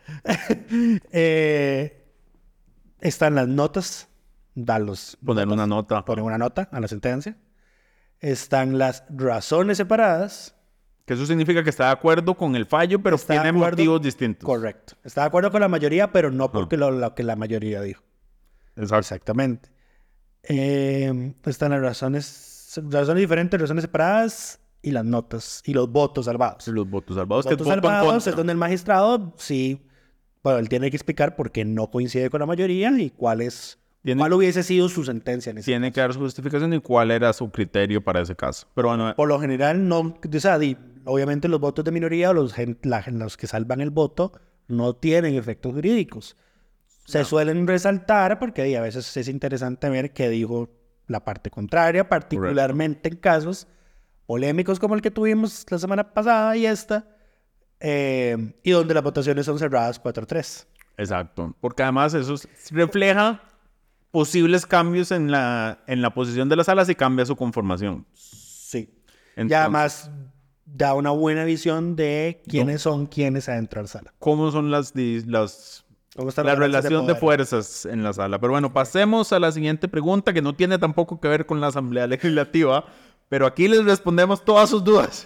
Speaker 8: Están las notas.
Speaker 9: Poner una nota.
Speaker 8: Poner una nota a la sentencia. Están las razones separadas.
Speaker 9: Que eso significa que está de acuerdo con el fallo, pero tiene motivos distintos.
Speaker 8: Correcto. Está de acuerdo con la mayoría, pero no porque lo que la mayoría dijo.
Speaker 9: Exacto.
Speaker 8: Exactamente. Están las razones diferentes, razones separadas y las notas. Y los votos salvados.
Speaker 9: Los votos salvados.
Speaker 8: Los votos salvados es donde el magistrado, sí, bueno, él tiene que explicar por qué no coincide con la mayoría y cuál hubiese sido su sentencia.
Speaker 9: Tiene que dar su justificación y cuál era su criterio para ese caso. Pero bueno,
Speaker 8: por lo general, no, o sea, obviamente los votos de minoría o los que salvan el voto no tienen efectos jurídicos. Se suelen resaltar porque a veces es interesante ver qué dijo la parte contraria, particularmente en casos polémicos como el que tuvimos la semana pasada y esta, y donde las votaciones son cerradas 4-3.
Speaker 9: Exacto, porque además eso refleja posibles cambios en la posición de la sala si cambia su conformación.
Speaker 8: Sí. Entonces, y además da una buena visión de quiénes son quienes adentro de la sala.
Speaker 9: ¿Cómo son la relación de fuerzas en la sala? Pero bueno, pasemos a la siguiente pregunta que no tiene tampoco que ver con la Asamblea Legislativa, pero aquí les respondemos todas sus dudas.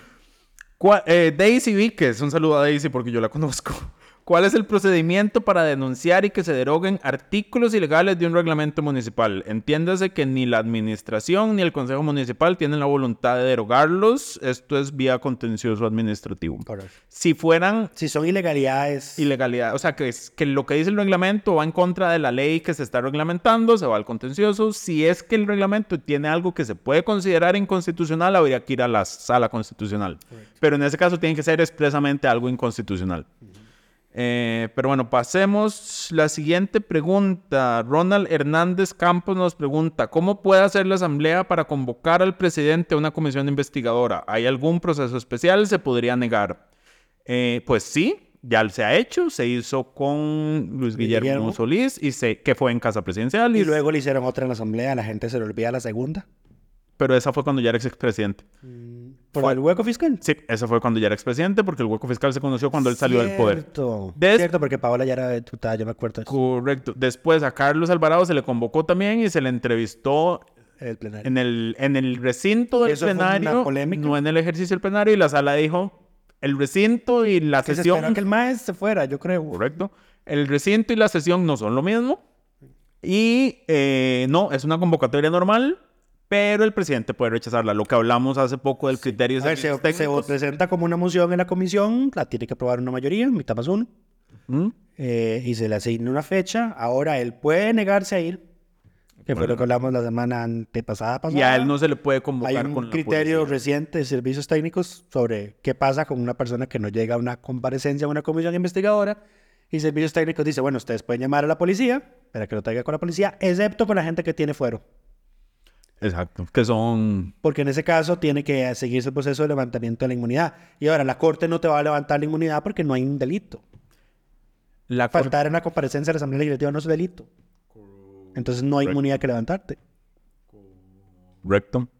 Speaker 9: Daisy Víquez, un saludo a Daisy porque yo la conozco. ¿Cuál es el procedimiento para denunciar y que se deroguen artículos ilegales de un reglamento municipal? Entiéndase que ni la administración ni el consejo municipal tienen la voluntad de derogarlos. Esto es vía contencioso administrativo.
Speaker 8: Correcto.
Speaker 9: Si
Speaker 8: son ilegalidades.
Speaker 9: O sea, que lo que dice el reglamento va en contra de la ley que se está reglamentando, se va al contencioso. Si es que el reglamento tiene algo que se puede considerar inconstitucional, habría que ir a la sala constitucional. Correcto. Pero en ese caso tiene que ser expresamente algo inconstitucional. Pero bueno, pasemos. La siguiente pregunta. Ronald Hernández Campos nos pregunta: ¿cómo puede hacer la Asamblea para convocar al presidente a una comisión investigadora? ¿Hay algún proceso especial? ¿Se podría negar? Pues sí, ya se ha hecho. Se hizo con Luis Guillermo Solís que fue en Casa Presidencial.
Speaker 8: Y luego le hicieron otra en la Asamblea. La gente se le olvida la segunda.
Speaker 9: Pero esa fue cuando ya era expresidente.
Speaker 8: ¿Por el hueco fiscal?
Speaker 9: Sí, esa fue cuando ya era expresidente, porque el hueco fiscal se conoció cuando él salió del poder.
Speaker 8: Cierto, porque Paola ya era diputada, yo me acuerdo de eso.
Speaker 9: Correcto. Después a Carlos Alvarado se le convocó también y se le entrevistó en el recinto del plenario, no en el ejercicio del plenario, y la sala dijo, el recinto y la sesión...
Speaker 8: Se esperó que el maestro se fuera, yo creo.
Speaker 9: Correcto. El recinto y la sesión no son lo mismo. Y no, es una convocatoria normal, pero el presidente puede rechazarla. Lo que hablamos hace poco del criterio de servicios técnicos.
Speaker 8: Se presenta como una moción en la comisión, la tiene que aprobar una mayoría, mitad más uno, y se le asigna una fecha. Ahora él puede negarse a ir, que fue lo que hablamos la semana antepasada.
Speaker 9: Y a él no se le puede convocar
Speaker 8: con la policía. Hay un criterio reciente de servicios técnicos sobre qué pasa con una persona que no llega a una comparecencia a una comisión investigadora. Y servicios técnicos dice, bueno, ustedes pueden llamar a la policía para que lo traiga con la policía, excepto con la gente que tiene fuero.
Speaker 9: Exacto, que son...
Speaker 8: Porque en ese caso tiene que seguirse el proceso de levantamiento de la inmunidad. Y ahora, la corte no te va a levantar la inmunidad porque no hay un delito. Faltar en la comparecencia de la Asamblea Legislativa no es delito. Entonces no hay inmunidad que levantarte.
Speaker 9: Correcto.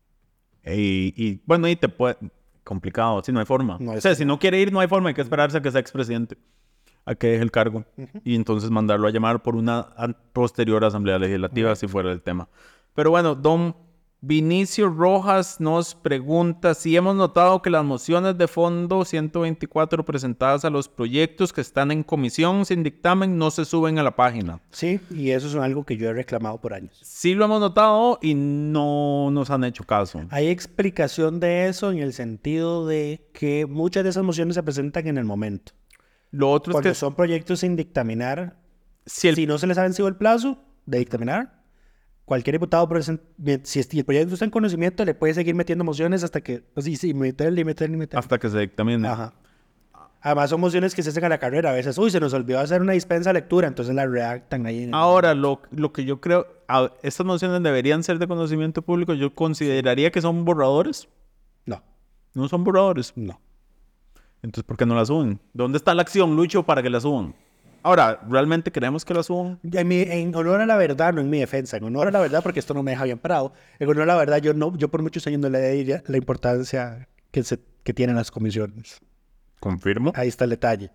Speaker 9: Y bueno, y te puede... Complicado, si no hay forma. O sea, si no quiere ir, no hay forma. Hay que esperarse a que sea expresidente, a que deje el cargo. Y entonces mandarlo a llamar por una posterior Asamblea Legislativa, si fuera el tema. Pero bueno, don Vinicio Rojas nos pregunta si hemos notado que las mociones de fondo 124 presentadas a los proyectos que están en comisión sin dictamen no se suben a la página.
Speaker 8: Sí, y eso es algo que yo he reclamado por años.
Speaker 9: Sí lo hemos notado y no nos han hecho caso.
Speaker 8: Hay explicación de eso en el sentido de que muchas de esas mociones se presentan en el momento.
Speaker 9: Lo otro
Speaker 8: Cuando
Speaker 9: es que
Speaker 8: son proyectos sin dictaminar, si no se les ha vencido el plazo de dictaminar, cualquier diputado, si el proyecto está en conocimiento, le puede seguir metiendo mociones hasta que... meterle.
Speaker 9: Hasta que se dictamine.
Speaker 8: Ajá. Además, son mociones que se hacen a la carrera. A veces, se nos olvidó hacer una dispensa de lectura, entonces la redactan ahí.
Speaker 9: Ahora, lo que yo creo... estas mociones deberían ser de conocimiento público. Yo consideraría que son borradores.
Speaker 8: No.
Speaker 9: ¿No son borradores?
Speaker 8: No.
Speaker 9: Entonces, ¿por qué no la suben? ¿Dónde está la acción, Lucho, para que la suban? Ahora, ¿realmente queremos que la suban?
Speaker 8: En honor a la verdad, no en mi defensa. En honor a la verdad, porque esto no me deja bien parado. En honor a la verdad, yo por muchos años no le di la importancia que tienen las comisiones.
Speaker 9: Confirmo.
Speaker 8: Ahí está el detalle.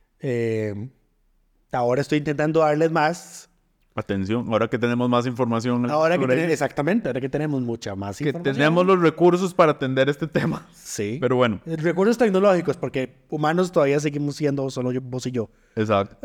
Speaker 8: Ahora estoy intentando darles más.
Speaker 9: Atención, ahora que tenemos más información.
Speaker 8: Exactamente, ahora que tenemos mucha más información.
Speaker 9: Que tenemos los recursos para atender este tema.
Speaker 8: Sí.
Speaker 9: Pero bueno.
Speaker 8: Recursos tecnológicos, porque humanos todavía seguimos siendo solo vos y yo.
Speaker 9: Exacto.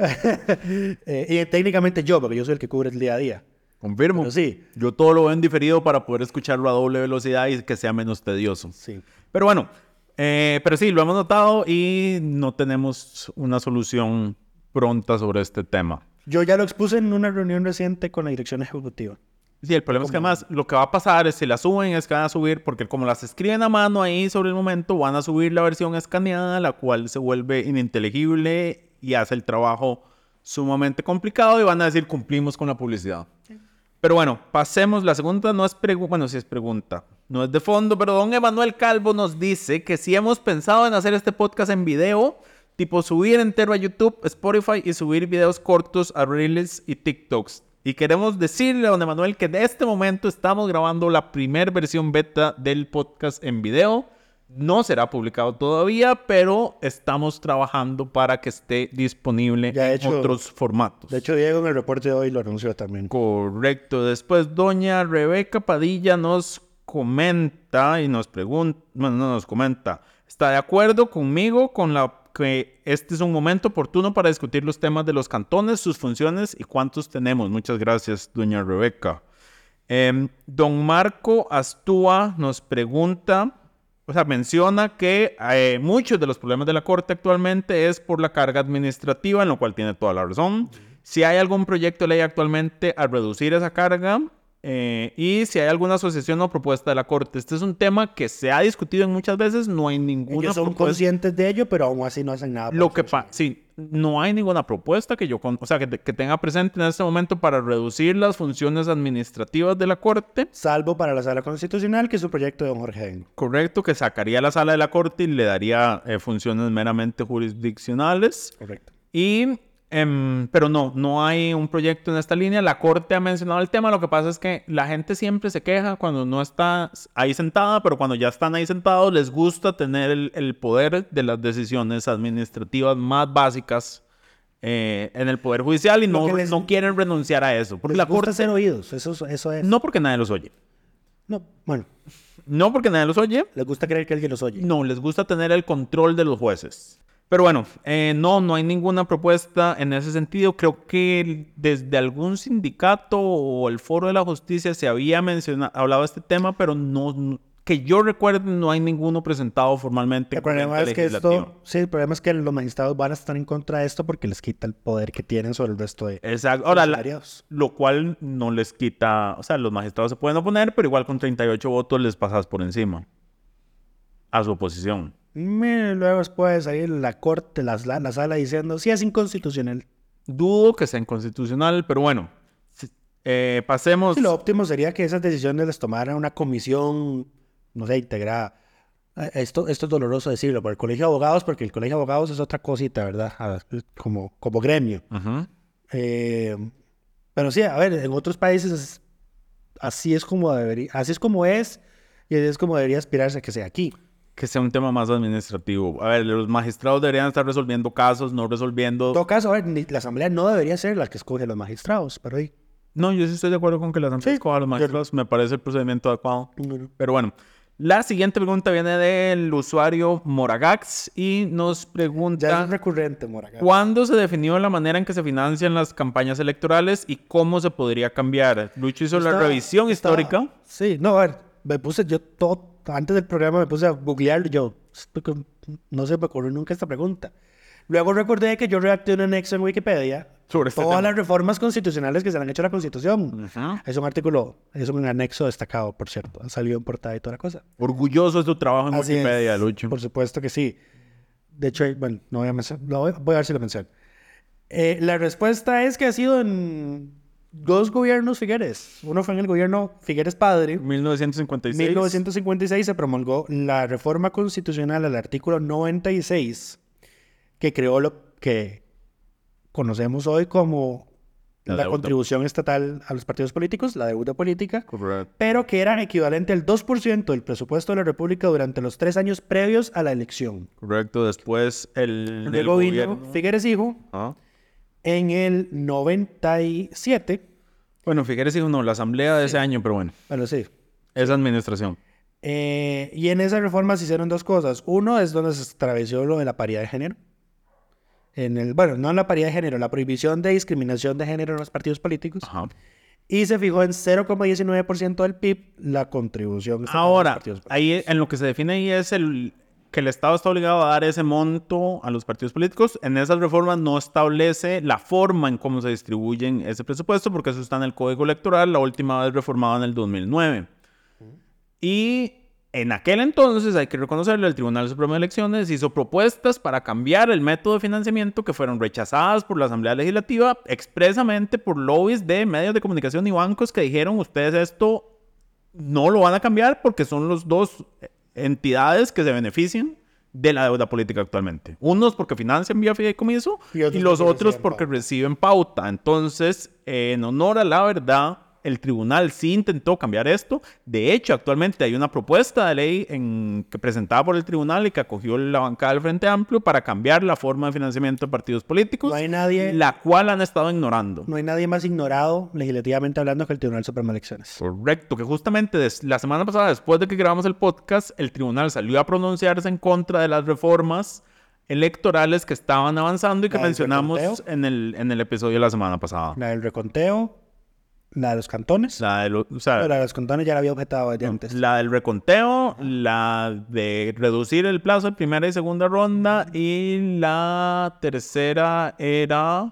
Speaker 8: Y técnicamente yo, porque yo soy el que cubre el día a día.
Speaker 9: Confirmo.
Speaker 8: Pero sí.
Speaker 9: Yo todo lo veo en diferido para poder escucharlo a doble velocidad y que sea menos tedioso.
Speaker 8: Sí.
Speaker 9: Pero bueno, pero sí, lo hemos notado y no tenemos una solución pronta sobre este tema.
Speaker 8: Yo ya lo expuse en una reunión reciente con la dirección ejecutiva.
Speaker 9: Sí, el problema es que además lo que va a pasar es si la suben, es que van a subir, porque como las escriben a mano ahí sobre el momento, van a subir la versión escaneada, la cual se vuelve ininteligible y hace el trabajo sumamente complicado y van a decir cumplimos con la publicidad. Sí. Pero bueno, pasemos. La segunda no es pregunta, bueno, sí es pregunta, no es de fondo, pero don Emanuel Calvo nos dice que si hemos pensado en hacer este podcast en video, tipo subir entero a YouTube, Spotify y subir videos cortos a Reels y TikToks. Y queremos decirle a don Emanuel que de este momento estamos grabando la primera versión beta del podcast en video. No será publicado todavía, pero estamos trabajando para que esté disponible en otros formatos.
Speaker 8: De hecho, Diego en el reporte de hoy lo anunció también.
Speaker 9: Correcto. Después, doña Rebeca Padilla nos comenta y nos pregunta, bueno, no nos comenta, ¿está de acuerdo conmigo con que este es un momento oportuno para discutir los temas de los cantones, sus funciones y cuántos tenemos? Muchas gracias, doña Rebeca. Don Marco Astúa nos pregunta, menciona que muchos de los problemas de la Corte actualmente es por la carga administrativa, en lo cual tiene toda la razón. Si hay algún proyecto de ley actualmente a reducir esa carga, y si hay alguna asociación o propuesta de la Corte. Este es un tema que se ha discutido en muchas veces, no hay ninguna
Speaker 8: Ellos son conscientes de ello, pero aún así no hacen nada.
Speaker 9: Sí, no hay ninguna propuesta que que tenga presente en este momento para reducir las funciones administrativas de la Corte.
Speaker 8: Salvo para la Sala Constitucional, que es un proyecto de don Jorge Dengo.
Speaker 9: Correcto, que sacaría la Sala de la Corte y le daría funciones meramente jurisdiccionales.
Speaker 8: Correcto.
Speaker 9: Pero no hay un proyecto en esta línea. La Corte ha mencionado el tema. Lo que pasa es que la gente siempre se queja cuando no está ahí sentada, pero cuando ya están ahí sentados les gusta tener el poder de las decisiones administrativas más básicas en el Poder Judicial y no quieren renunciar a eso. Porque
Speaker 8: les gusta hacer oídos, eso es.
Speaker 9: No porque nadie los oye. No porque nadie los oye.
Speaker 8: Les gusta creer que alguien los oye.
Speaker 9: No, les gusta tener el control de los jueces. Pero bueno, no hay ninguna propuesta en ese sentido. Creo que desde algún sindicato o el Foro de la Justicia se había hablado de este tema, pero no que yo recuerde, no hay ninguno presentado formalmente.
Speaker 8: El problema es que el problema es que los magistrados van a estar en contra de esto porque les quita el poder que tienen sobre el resto de
Speaker 9: Exacto. Ahora, lo cual no les quita, o sea, los magistrados se pueden oponer, pero igual con 38 votos les pasas por encima a su oposición.
Speaker 8: Luego después salir la corte, la sala diciendo sí es inconstitucional.
Speaker 9: Dudo que sea inconstitucional, pero bueno, pasemos.
Speaker 8: Sí, lo óptimo sería que esas decisiones las tomara una comisión, no sé, integrada. Esto es doloroso decirlo por el Colegio de Abogados, porque el Colegio de Abogados es otra cosita, ¿verdad? Como gremio.
Speaker 9: Uh-huh.
Speaker 8: Pero sí, a ver, en otros países así es como es, y así es como debería aspirarse a que sea aquí.
Speaker 9: Que sea un tema más administrativo. A ver, los magistrados deberían estar resolviendo casos, no resolviendo...
Speaker 8: En todo caso, a ver, la asamblea no debería ser la que escoge a los magistrados, pero ahí...
Speaker 9: No, yo sí estoy de acuerdo con que la asamblea escoja a los magistrados. Me parece el procedimiento adecuado. Pero bueno, la siguiente pregunta viene del usuario Moragax y nos pregunta...
Speaker 8: Ya es recurrente, Moragax.
Speaker 9: ¿Cuándo se definió la manera en que se financian las campañas electorales y cómo se podría cambiar? Lucho hizo la revisión histórica.
Speaker 8: Sí, no, a ver, me puse yo todo... Antes del programa me puse a googlear y no se me ocurrió nunca esta pregunta. Luego recordé que yo redacté un anexo en Wikipedia
Speaker 9: sobre
Speaker 8: todas las reformas constitucionales que se le han hecho a la Constitución.
Speaker 9: Uh-huh.
Speaker 8: Es un artículo, es un anexo destacado, por cierto. Ha salido en portada y toda la cosa.
Speaker 9: Orgulloso de tu trabajo en
Speaker 8: Así
Speaker 9: Wikipedia,
Speaker 8: es,
Speaker 9: Lucho.
Speaker 8: Por supuesto que sí. De hecho, bueno, no voy a mencionar, voy a ver si lo menciono. La respuesta es que ha sido en 2 gobiernos Figueres. Uno fue en el gobierno Figueres padre.
Speaker 9: 1956.
Speaker 8: 1956 se promulgó la reforma constitucional al artículo 96, que creó lo que conocemos hoy como la contribución estatal a los partidos políticos, la deuda política.
Speaker 9: Correcto.
Speaker 8: Pero que era equivalente al 2% del presupuesto de la República durante los 3 años previos a la elección.
Speaker 9: Correcto. Después
Speaker 8: Luego vino Figueres hijo.
Speaker 9: ¿Ah?
Speaker 8: En el 97.
Speaker 9: Bueno, Figueres hijo no, la asamblea de ese año, pero bueno.
Speaker 8: Bueno, sí.
Speaker 9: Esa administración.
Speaker 8: Y en esa reforma se hicieron 2 cosas. Uno es donde se estableció lo de la paridad de género. No en la paridad de género, la prohibición de discriminación de género en los partidos políticos.
Speaker 9: Ajá.
Speaker 8: Y se fijó en 0,19% del PIB la contribución.
Speaker 9: Ahora, ahí en lo que se define ahí es que el Estado está obligado a dar ese monto a los partidos políticos. En esas reformas no establece la forma en cómo se distribuyen ese presupuesto, porque eso está en el Código Electoral, la última vez reformado en el 2009. Y en aquel entonces, hay que reconocerlo, el Tribunal Supremo de Elecciones hizo propuestas para cambiar el método de financiamiento que fueron rechazadas por la Asamblea Legislativa expresamente por lobbies de medios de comunicación y bancos que dijeron, ustedes esto no lo van a cambiar porque son los dos entidades que se benefician de la deuda política actualmente. Unos porque financian vía fideicomiso y los otros porque reciben pauta. Entonces, en honor a la verdad, el tribunal sí intentó cambiar esto. De hecho, actualmente hay una propuesta de ley que presentada por el tribunal y que acogió la bancada del Frente Amplio para cambiar la forma de financiamiento de partidos políticos, la cual han estado ignorando.
Speaker 8: No hay nadie más ignorado, legislativamente hablando, que el Tribunal Supremo de Elecciones.
Speaker 9: Correcto, que justamente la semana pasada, después de que grabamos el podcast, el tribunal salió a pronunciarse en contra de las reformas electorales que estaban avanzando y que mencionamos en el episodio de la semana pasada.
Speaker 8: La del reconteo, la de los cantones.
Speaker 9: Pero
Speaker 8: la de los cantones ya la había objetado desde antes.
Speaker 9: La del reconteo, la de reducir el plazo de primera y segunda ronda, y la tercera era...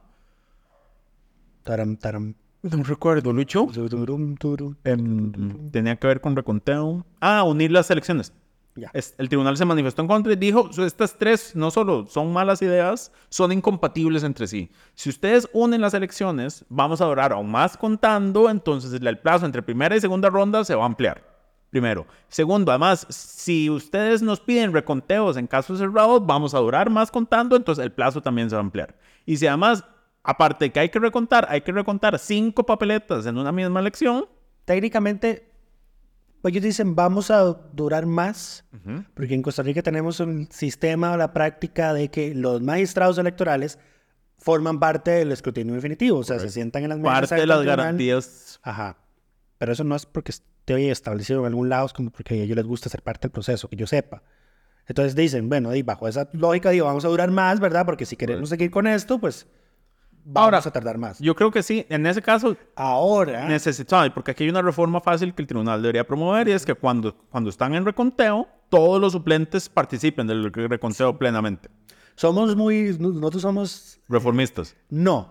Speaker 9: No recuerdo, Lucho. Tenía que ver con reconteo. Unir las elecciones.
Speaker 8: Ya.
Speaker 9: El tribunal se manifestó en contra y dijo, estas 3 no solo son malas ideas, son incompatibles entre sí. Si ustedes unen las elecciones, vamos a durar aún más contando, entonces el plazo entre primera y segunda ronda se va a ampliar. Primero. Segundo, además, si ustedes nos piden reconteos en casos cerrados, vamos a durar más contando, entonces el plazo también se va a ampliar. Y si además, aparte de que hay que recontar 5 papeletas en una misma elección.
Speaker 8: Técnicamente, ellos dicen vamos a durar más, porque en Costa Rica tenemos un sistema o la práctica de que los magistrados electorales forman parte del escrutinio definitivo, o sea, se sientan en las mesas.
Speaker 9: Parte de las garantías.
Speaker 8: Ajá. Pero eso no es porque esté establecido en algún lado, es como porque a ellos les gusta ser parte del proceso, que yo sepa. Entonces dicen, bueno, y bajo esa lógica, digo, vamos a durar más, ¿verdad? Porque si queremos seguir con esto, pues vamos a tardar más.
Speaker 9: Yo creo que sí. En ese caso,
Speaker 8: ahora
Speaker 9: necesitamos, porque aquí hay una reforma fácil que el tribunal debería promover y es que cuando están en reconteo, todos los suplentes participen del reconteo plenamente.
Speaker 8: Nosotros somos...
Speaker 9: Reformistas.
Speaker 8: No,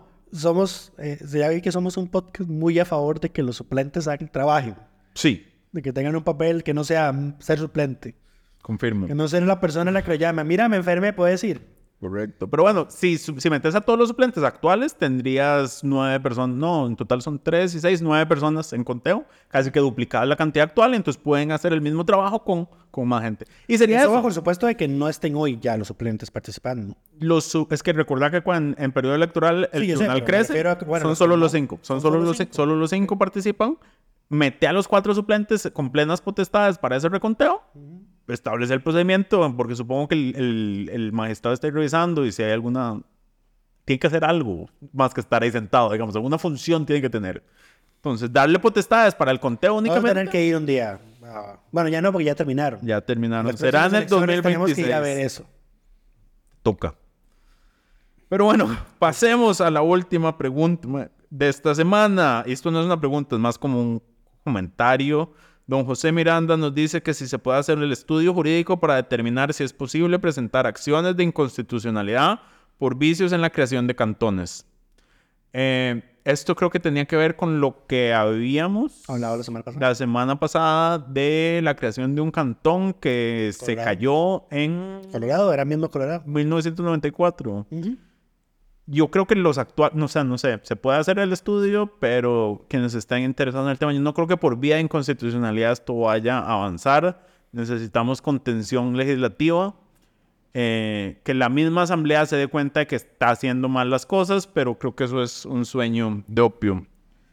Speaker 8: ya vi que somos un podcast muy a favor de que los suplentes trabajen.
Speaker 9: Sí.
Speaker 8: De que tengan un papel que no sea ser suplente.
Speaker 9: Confirmo.
Speaker 8: Que no sea la persona a la que lo llama. Mira, me enfermé, puedes ir.
Speaker 9: Correcto. Pero bueno, si metes a todos los suplentes actuales, tendrías 9 personas. No, en total son 3 y 6, 9 personas en conteo. Casi que duplicada la cantidad actual. Entonces pueden hacer el mismo trabajo con más gente. Y sería eso.
Speaker 8: Bajo el supuesto de que no estén hoy ya los suplentes participando.
Speaker 9: Es que recordad que en periodo electoral el tribunal crece. Son solo los 5. Solo los 5 participan. Mete a los 4 suplentes con plenas potestades para ese reconteo. Establece el procedimiento, porque supongo que el magistrado está revisando y si hay alguna... Tiene que hacer algo más que estar ahí sentado, digamos. Alguna función tiene que tener. Entonces, darle potestades para el conteo únicamente...
Speaker 8: Vamos a tener que ir un día. Bueno, ya no, porque ya terminaron.
Speaker 9: Ya terminaron. Será en el 2026.
Speaker 8: Tenemos que ir a ver eso.
Speaker 9: Toca. Pero bueno, pasemos a la última pregunta de esta semana. Esto no es una pregunta, es más como un comentario. Don José Miranda nos dice que si se puede hacer el estudio jurídico para determinar si es posible presentar acciones de inconstitucionalidad por vicios en la creación de cantones. Esto creo que tenía que ver con lo que habíamos
Speaker 8: hablado la
Speaker 9: semana pasada de la creación de un cantón que se cayó en...
Speaker 8: ¿Colorado? ¿Era mismo Colorado?
Speaker 9: 1994. Yo creo que los actuales, no sé, se puede hacer el estudio, pero quienes estén interesados en el tema, yo no creo que por vía de inconstitucionalidad esto vaya a avanzar. Necesitamos contención legislativa, que la misma asamblea se dé cuenta de que está haciendo mal las cosas, pero creo que eso es un sueño de opio.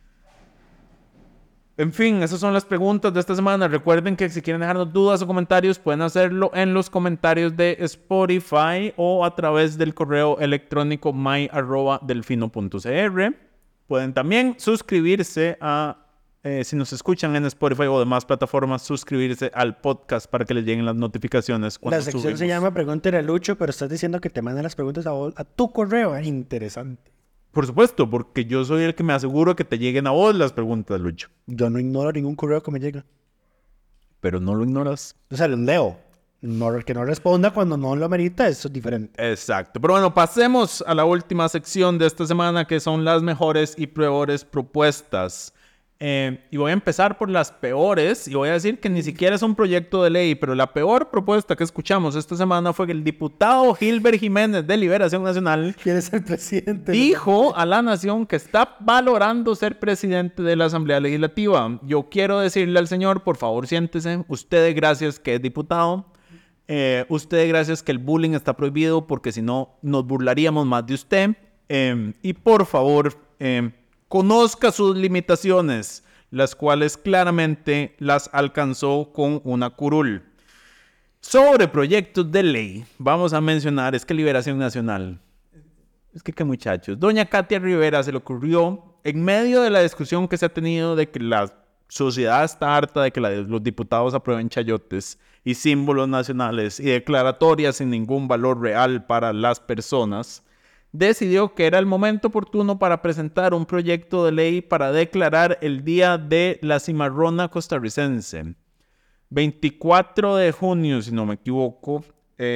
Speaker 9: En fin, esas son las preguntas de esta semana. Recuerden que si quieren dejarnos dudas o comentarios, pueden hacerlo en los comentarios de Spotify o a través del correo electrónico my@delfino.cr. Pueden también suscribirse si nos escuchan en Spotify o demás plataformas, suscribirse al podcast para que les lleguen las notificaciones cuando
Speaker 8: La sección
Speaker 9: subimos.
Speaker 8: se llama Pregúntale a Lucho, pero estás diciendo que te mandan las preguntas a tu correo. Es interesante.
Speaker 9: Por supuesto, porque yo soy el que me aseguro que te lleguen a vos las preguntas, Lucho.
Speaker 8: Yo no ignoro ningún correo que me llega.
Speaker 9: Pero no lo ignoras.
Speaker 8: O sea, los leo. Que no responda cuando no lo amerita, eso es diferente.
Speaker 9: Exacto. Pero bueno, pasemos a la última sección de esta semana, que son las mejores y peores propuestas. Y voy a empezar por las peores, y voy a decir que ni siquiera es un proyecto de ley, pero la peor propuesta que escuchamos esta semana fue que el diputado Gilbert Jiménez de Liberación Nacional
Speaker 8: quiere ser presidente.
Speaker 9: Dijo a la nación que está valorando ser presidente de la Asamblea Legislativa. Yo quiero decirle al señor, por favor, siéntese. Usted, gracias que es diputado. Usted, gracias que el bullying está prohibido, porque si no, nos burlaríamos más de usted. Y por favor... conozca sus limitaciones, las cuales claramente las alcanzó con una curul. Sobre proyectos de ley, vamos a mencionar, es que Liberación Nacional, es que qué muchachos, doña Katia Rivera se le ocurrió, en medio de la discusión que se ha tenido de que la sociedad está harta de que los diputados aprueben chayotes y símbolos nacionales y declaratorias sin ningún valor real para las personas, decidió que era el momento oportuno para presentar un proyecto de ley para declarar el Día de la Cimarrona Costarricense. 24 de junio, si no me equivoco.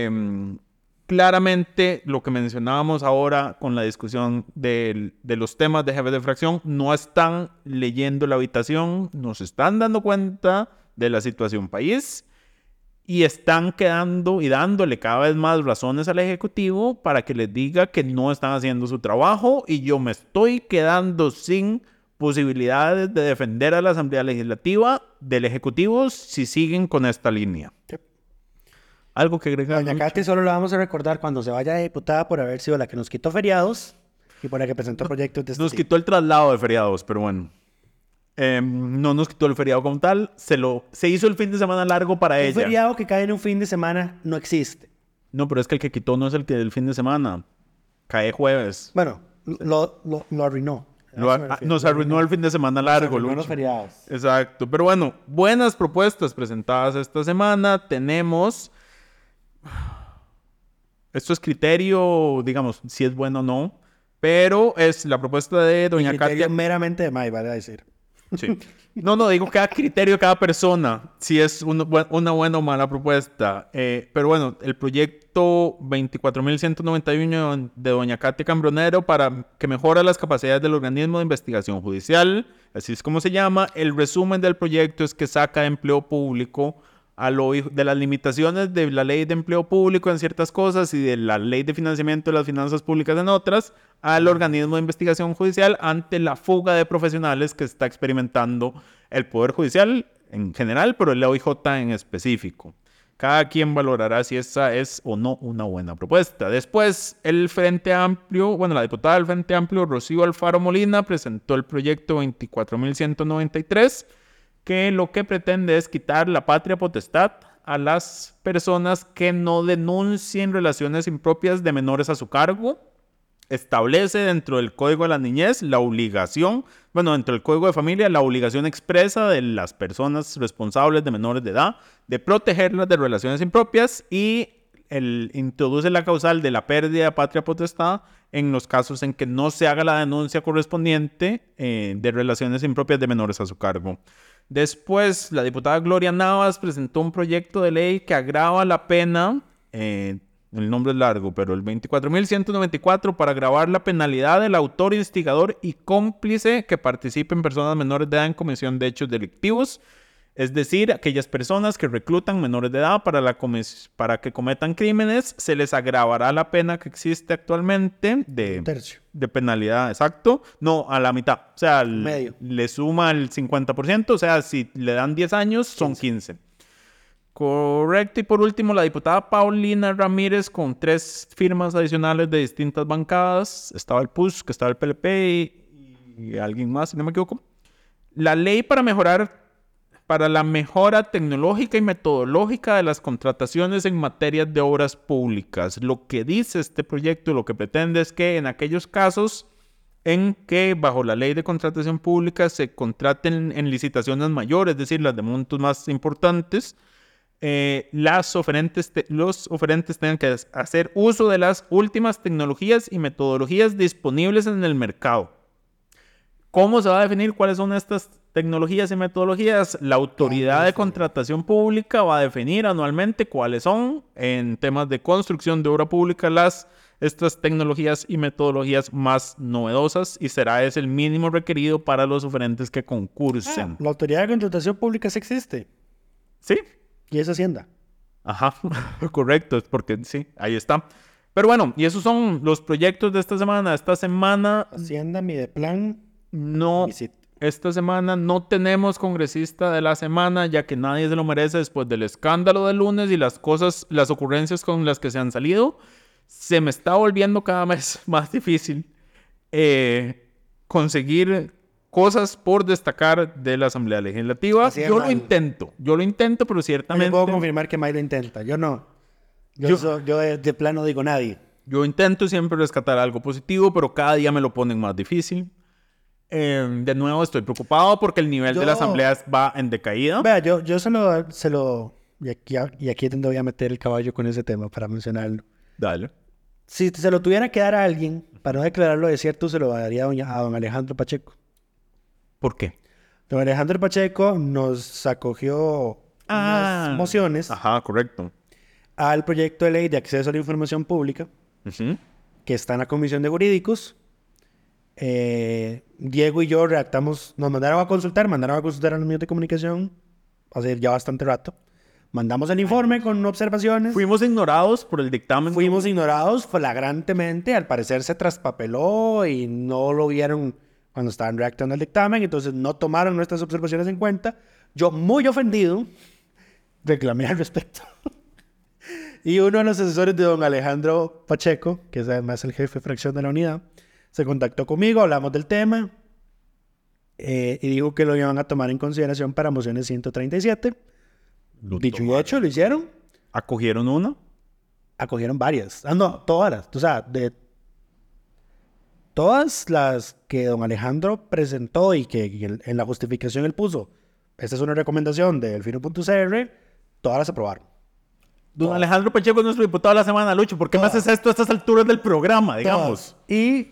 Speaker 9: Claramente, lo que mencionábamos ahora con la discusión de los temas de jefes de fracción, no están leyendo la habitación, nos están dando cuenta de la situación país. Y están quedando y dándole cada vez más razones al Ejecutivo para que les diga que no están haciendo su trabajo. Y yo me estoy quedando sin posibilidades de defender a la Asamblea Legislativa del Ejecutivo si siguen con esta línea. Sí. ¿Algo que agregar?
Speaker 8: Doña Katy solo la vamos a recordar cuando se vaya de diputada por haber sido la que nos quitó feriados y por la que presentó proyectos de este
Speaker 9: Nos quitó el traslado de feriados, pero bueno. No nos quitó el feriado como tal. Se hizo el fin de semana largo para ella.
Speaker 8: Un feriado que cae en un fin de semana no existe.
Speaker 9: No, pero es que el que quitó no es el que del fin de semana. Cae jueves.
Speaker 8: Bueno, lo arruinó.
Speaker 9: Nos arruinó el fin de semana largo.
Speaker 8: Nos los feriados.
Speaker 9: Exacto. Pero bueno, buenas propuestas presentadas esta semana. Tenemos Esto es criterio, digamos, si es bueno o no, pero es la propuesta de doña Katia.
Speaker 8: Meramente de May, vale a decir.
Speaker 9: Sí. No, digo cada criterio de cada persona, si es una buena o mala propuesta. Pero bueno, el proyecto 24.191 de doña Katia Cambronero para que mejora las capacidades del organismo de investigación judicial, así es como se llama. El resumen del proyecto es que saca empleo público de las limitaciones de la ley de empleo público en ciertas cosas y de la ley de financiamiento de las finanzas públicas en otras, al organismo de investigación judicial ante la fuga de profesionales que está experimentando el Poder Judicial en general, pero el OIJ en específico. Cada quien valorará si esa es o no una buena propuesta. Después, el Frente Amplio, la diputada del Frente Amplio, Rocío Alfaro Molina, presentó el proyecto 24.193, que lo que pretende es quitar la patria potestad a las personas que no denuncien relaciones impropias de menores a su cargo. Establece dentro del Código de la Niñez la obligación, dentro del Código de Familia, la obligación expresa de las personas responsables de menores de edad de protegerlas de relaciones impropias y introduce la causal de la pérdida de patria potestad en los casos en que no se haga la denuncia correspondiente de relaciones impropias de menores a su cargo. Después, la diputada Gloria Navas presentó un proyecto de ley que agrava la pena, el nombre es largo, pero el 24.194 para agravar la penalidad del autor, instigador y cómplice que participen personas menores de edad en comisión de hechos delictivos. Es decir, aquellas personas que reclutan menores de edad para que cometan crímenes, se les agravará la pena que existe actualmente de penalidad, exacto, no, a la mitad. O sea, le suma el 50%, o sea, si le dan 10 años, son 15. Correcto, y por último, la diputada Paulina Ramírez con 3 firmas adicionales de distintas bancadas. Estaba el PUS, que estaba el PLP y alguien más, si no me equivoco. La ley para la mejora tecnológica y metodológica de las contrataciones en materia de obras públicas. Lo que dice este proyecto, lo que pretende es que en aquellos casos en que bajo la ley de contratación pública se contraten en licitaciones mayores, es decir, las de montos más importantes, los oferentes tengan que hacer uso de las últimas tecnologías y metodologías disponibles en el mercado. ¿Cómo se va a definir cuáles son estas tecnologías y metodologías? La autoridad de contratación pública va a definir anualmente cuáles son, en temas de construcción de obra pública, estas tecnologías y metodologías más novedosas, y será ese el mínimo requerido para los oferentes que concursen.
Speaker 8: La autoridad de contratación pública sí existe.
Speaker 9: Sí.
Speaker 8: Y es Hacienda.
Speaker 9: Ajá, correcto, es porque sí, ahí está. Pero bueno, y esos son los proyectos de esta semana. Esta semana...
Speaker 8: Hacienda, Mideplan...
Speaker 9: No, esta semana no tenemos congresista de la semana, ya que nadie se lo merece después del escándalo del lunes y las ocurrencias con las que se han salido. Se me está volviendo cada vez más difícil conseguir cosas por destacar de la Asamblea Legislativa. Yo lo intento, pero ciertamente...
Speaker 8: Yo puedo confirmar que May lo intenta, yo no. Yo de plano digo nadie.
Speaker 9: Yo intento siempre rescatar algo positivo, pero cada día me lo ponen más difícil. De nuevo, estoy preocupado porque el nivel de la Asamblea va en decaída.
Speaker 8: Vea, yo se lo... Y aquí es donde voy a meter el caballo con ese tema para mencionarlo.
Speaker 9: Dale.
Speaker 8: Si se lo tuviera que dar a alguien, para no declararlo desierto, se lo daría a don Alejandro Pacheco.
Speaker 9: ¿Por qué?
Speaker 8: Don Alejandro Pacheco nos acogió unas mociones.
Speaker 9: Ajá, correcto.
Speaker 8: Al proyecto de ley de acceso a la información pública, que está en la Comisión de Jurídicos. Diego y yo redactamos, mandaron a consultar a los medios de comunicación hace ya bastante rato. Mandamos el informe con observaciones.
Speaker 9: Fuimos ignorados por el dictamen.
Speaker 8: Fuimos ignorados flagrantemente. Al parecer se traspapeló y no lo vieron cuando estaban redactando el dictamen. Entonces no tomaron nuestras observaciones en cuenta. Yo, muy ofendido, reclamé al respecto. Y uno de los asesores de don Alejandro Pacheco, que es además el jefe de fracción de la unidad, se contactó conmigo, hablamos del tema y dijo que lo iban a tomar en consideración para mociones 137. Dicho y hecho, lo hicieron.
Speaker 9: ¿Acogieron una?
Speaker 8: Acogieron varias. No, todas. O sea, de todas las que don Alejandro presentó y que en la justificación él puso, esta es una recomendación de Delfino.cr, todas las aprobaron.
Speaker 9: Don Alejandro Pacheco es nuestro diputado de la semana, Lucho. ¿Por qué me haces esto a estas alturas del programa, digamos?
Speaker 8: Y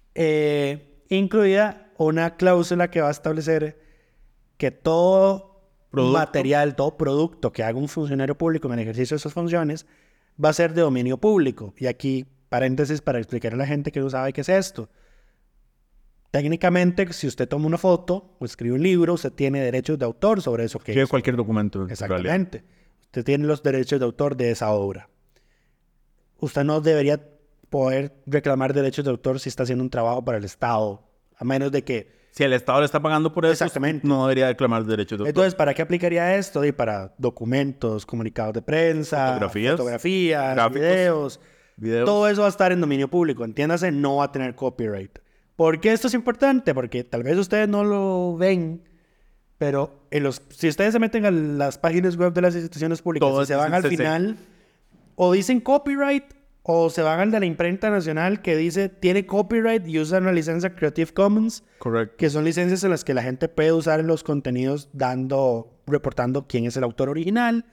Speaker 8: incluida una cláusula que va a establecer que todo material, todo producto que haga un funcionario público en el ejercicio de sus funciones va a ser de dominio público. Y aquí, paréntesis para explicar a la gente que no sabe qué es esto. Técnicamente, si usted toma una foto o escribe un libro, usted tiene derechos de autor sobre eso.
Speaker 9: Que cualquier documento.
Speaker 8: Exactamente. Usted tiene los derechos de autor de esa obra. Usted no debería poder reclamar derechos de autor si está haciendo un trabajo para el Estado, a menos de que...
Speaker 9: Si el Estado le está pagando por eso,
Speaker 8: exactamente,
Speaker 9: no debería reclamar derechos de autor.
Speaker 8: Entonces, ¿para qué aplicaría esto? Y para documentos, comunicados de prensa, fotografías, gráficos, videos. Todo eso va a estar en dominio público. Entiéndase, no va a tener copyright. ¿Por qué esto es importante? Porque tal vez ustedes no lo ven, pero si ustedes se meten a las páginas web de las instituciones públicas y se van al final, o dicen copyright, o se van al de la imprenta nacional que dice tiene copyright y usan una licencia Creative Commons.
Speaker 9: Correcto.
Speaker 8: Que son licencias en las que la gente puede usar los contenidos reportando quién es el autor original.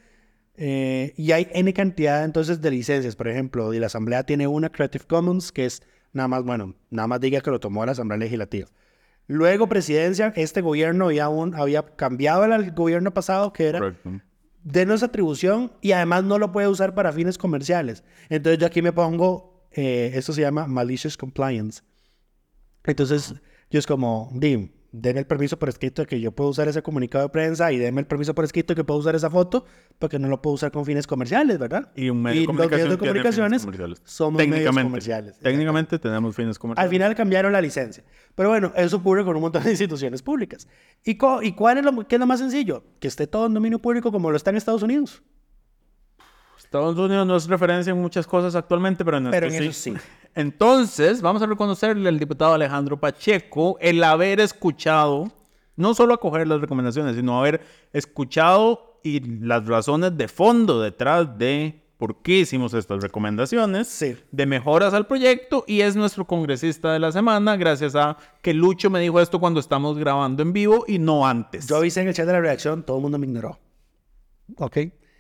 Speaker 8: Y hay N cantidad entonces de licencias. Por ejemplo, la Asamblea tiene una Creative Commons que es nada más diga que lo tomó la Asamblea Legislativa. Luego, presidencia, este gobierno había cambiado al gobierno pasado, que era... Correcto. Denos atribución y además no lo puede usar para fines comerciales. Entonces yo aquí me pongo, esto se llama malicious compliance. Entonces yo es como, denme el permiso por escrito de que yo puedo usar ese comunicado de prensa y denme el permiso por escrito de que puedo usar esa foto, porque no lo puedo usar con fines comerciales, ¿verdad?
Speaker 9: Y un medio
Speaker 8: los medios de comunicaciones somos medios comerciales.
Speaker 9: Técnicamente tenemos fines comerciales.
Speaker 8: Al final cambiaron la licencia. Pero bueno, eso ocurre con un montón de instituciones públicas. ¿Y cuál es qué es lo más sencillo? Que esté todo en dominio público como lo está en Estados Unidos.
Speaker 9: Estados Unidos no es referencia en muchas cosas actualmente, pero en
Speaker 8: eso sí.
Speaker 9: Entonces, vamos a reconocerle al diputado Alejandro Pacheco el haber escuchado, no solo acoger las recomendaciones, sino haber escuchado y las razones de fondo detrás de por qué hicimos estas recomendaciones, de mejoras al proyecto, y es nuestro congresista de la semana, gracias a que Lucho me dijo esto cuando estamos grabando en vivo y no antes.
Speaker 8: Yo avisé en el chat de la redacción, todo el mundo me ignoró. ¿Ok?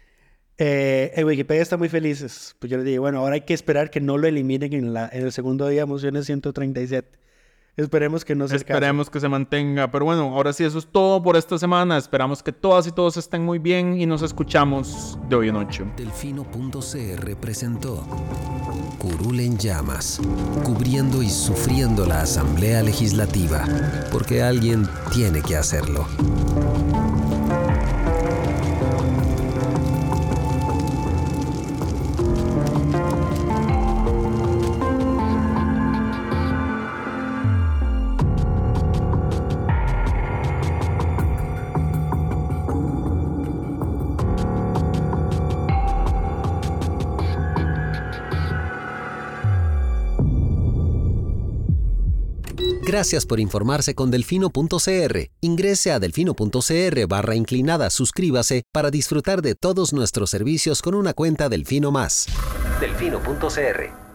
Speaker 8: En Wikipedia están muy felices. Pues yo les dije, bueno, ahora hay que esperar que no lo eliminen en el segundo día de mociones 137. Esperemos que no se
Speaker 9: Esperemos que se mantenga. Pero bueno, ahora sí, eso es todo por esta semana. Esperamos que todas y todos estén muy bien y nos escuchamos de hoy en ocho.
Speaker 1: Delfino.cr presentó Curul en Llamas, cubriendo y sufriendo la Asamblea Legislativa, porque alguien tiene que hacerlo. Gracias por informarse con Delfino.cr. Ingrese a Delfino.cr/inclinada, suscríbase para disfrutar de todos nuestros servicios con una cuenta Delfino Más. Delfino.cr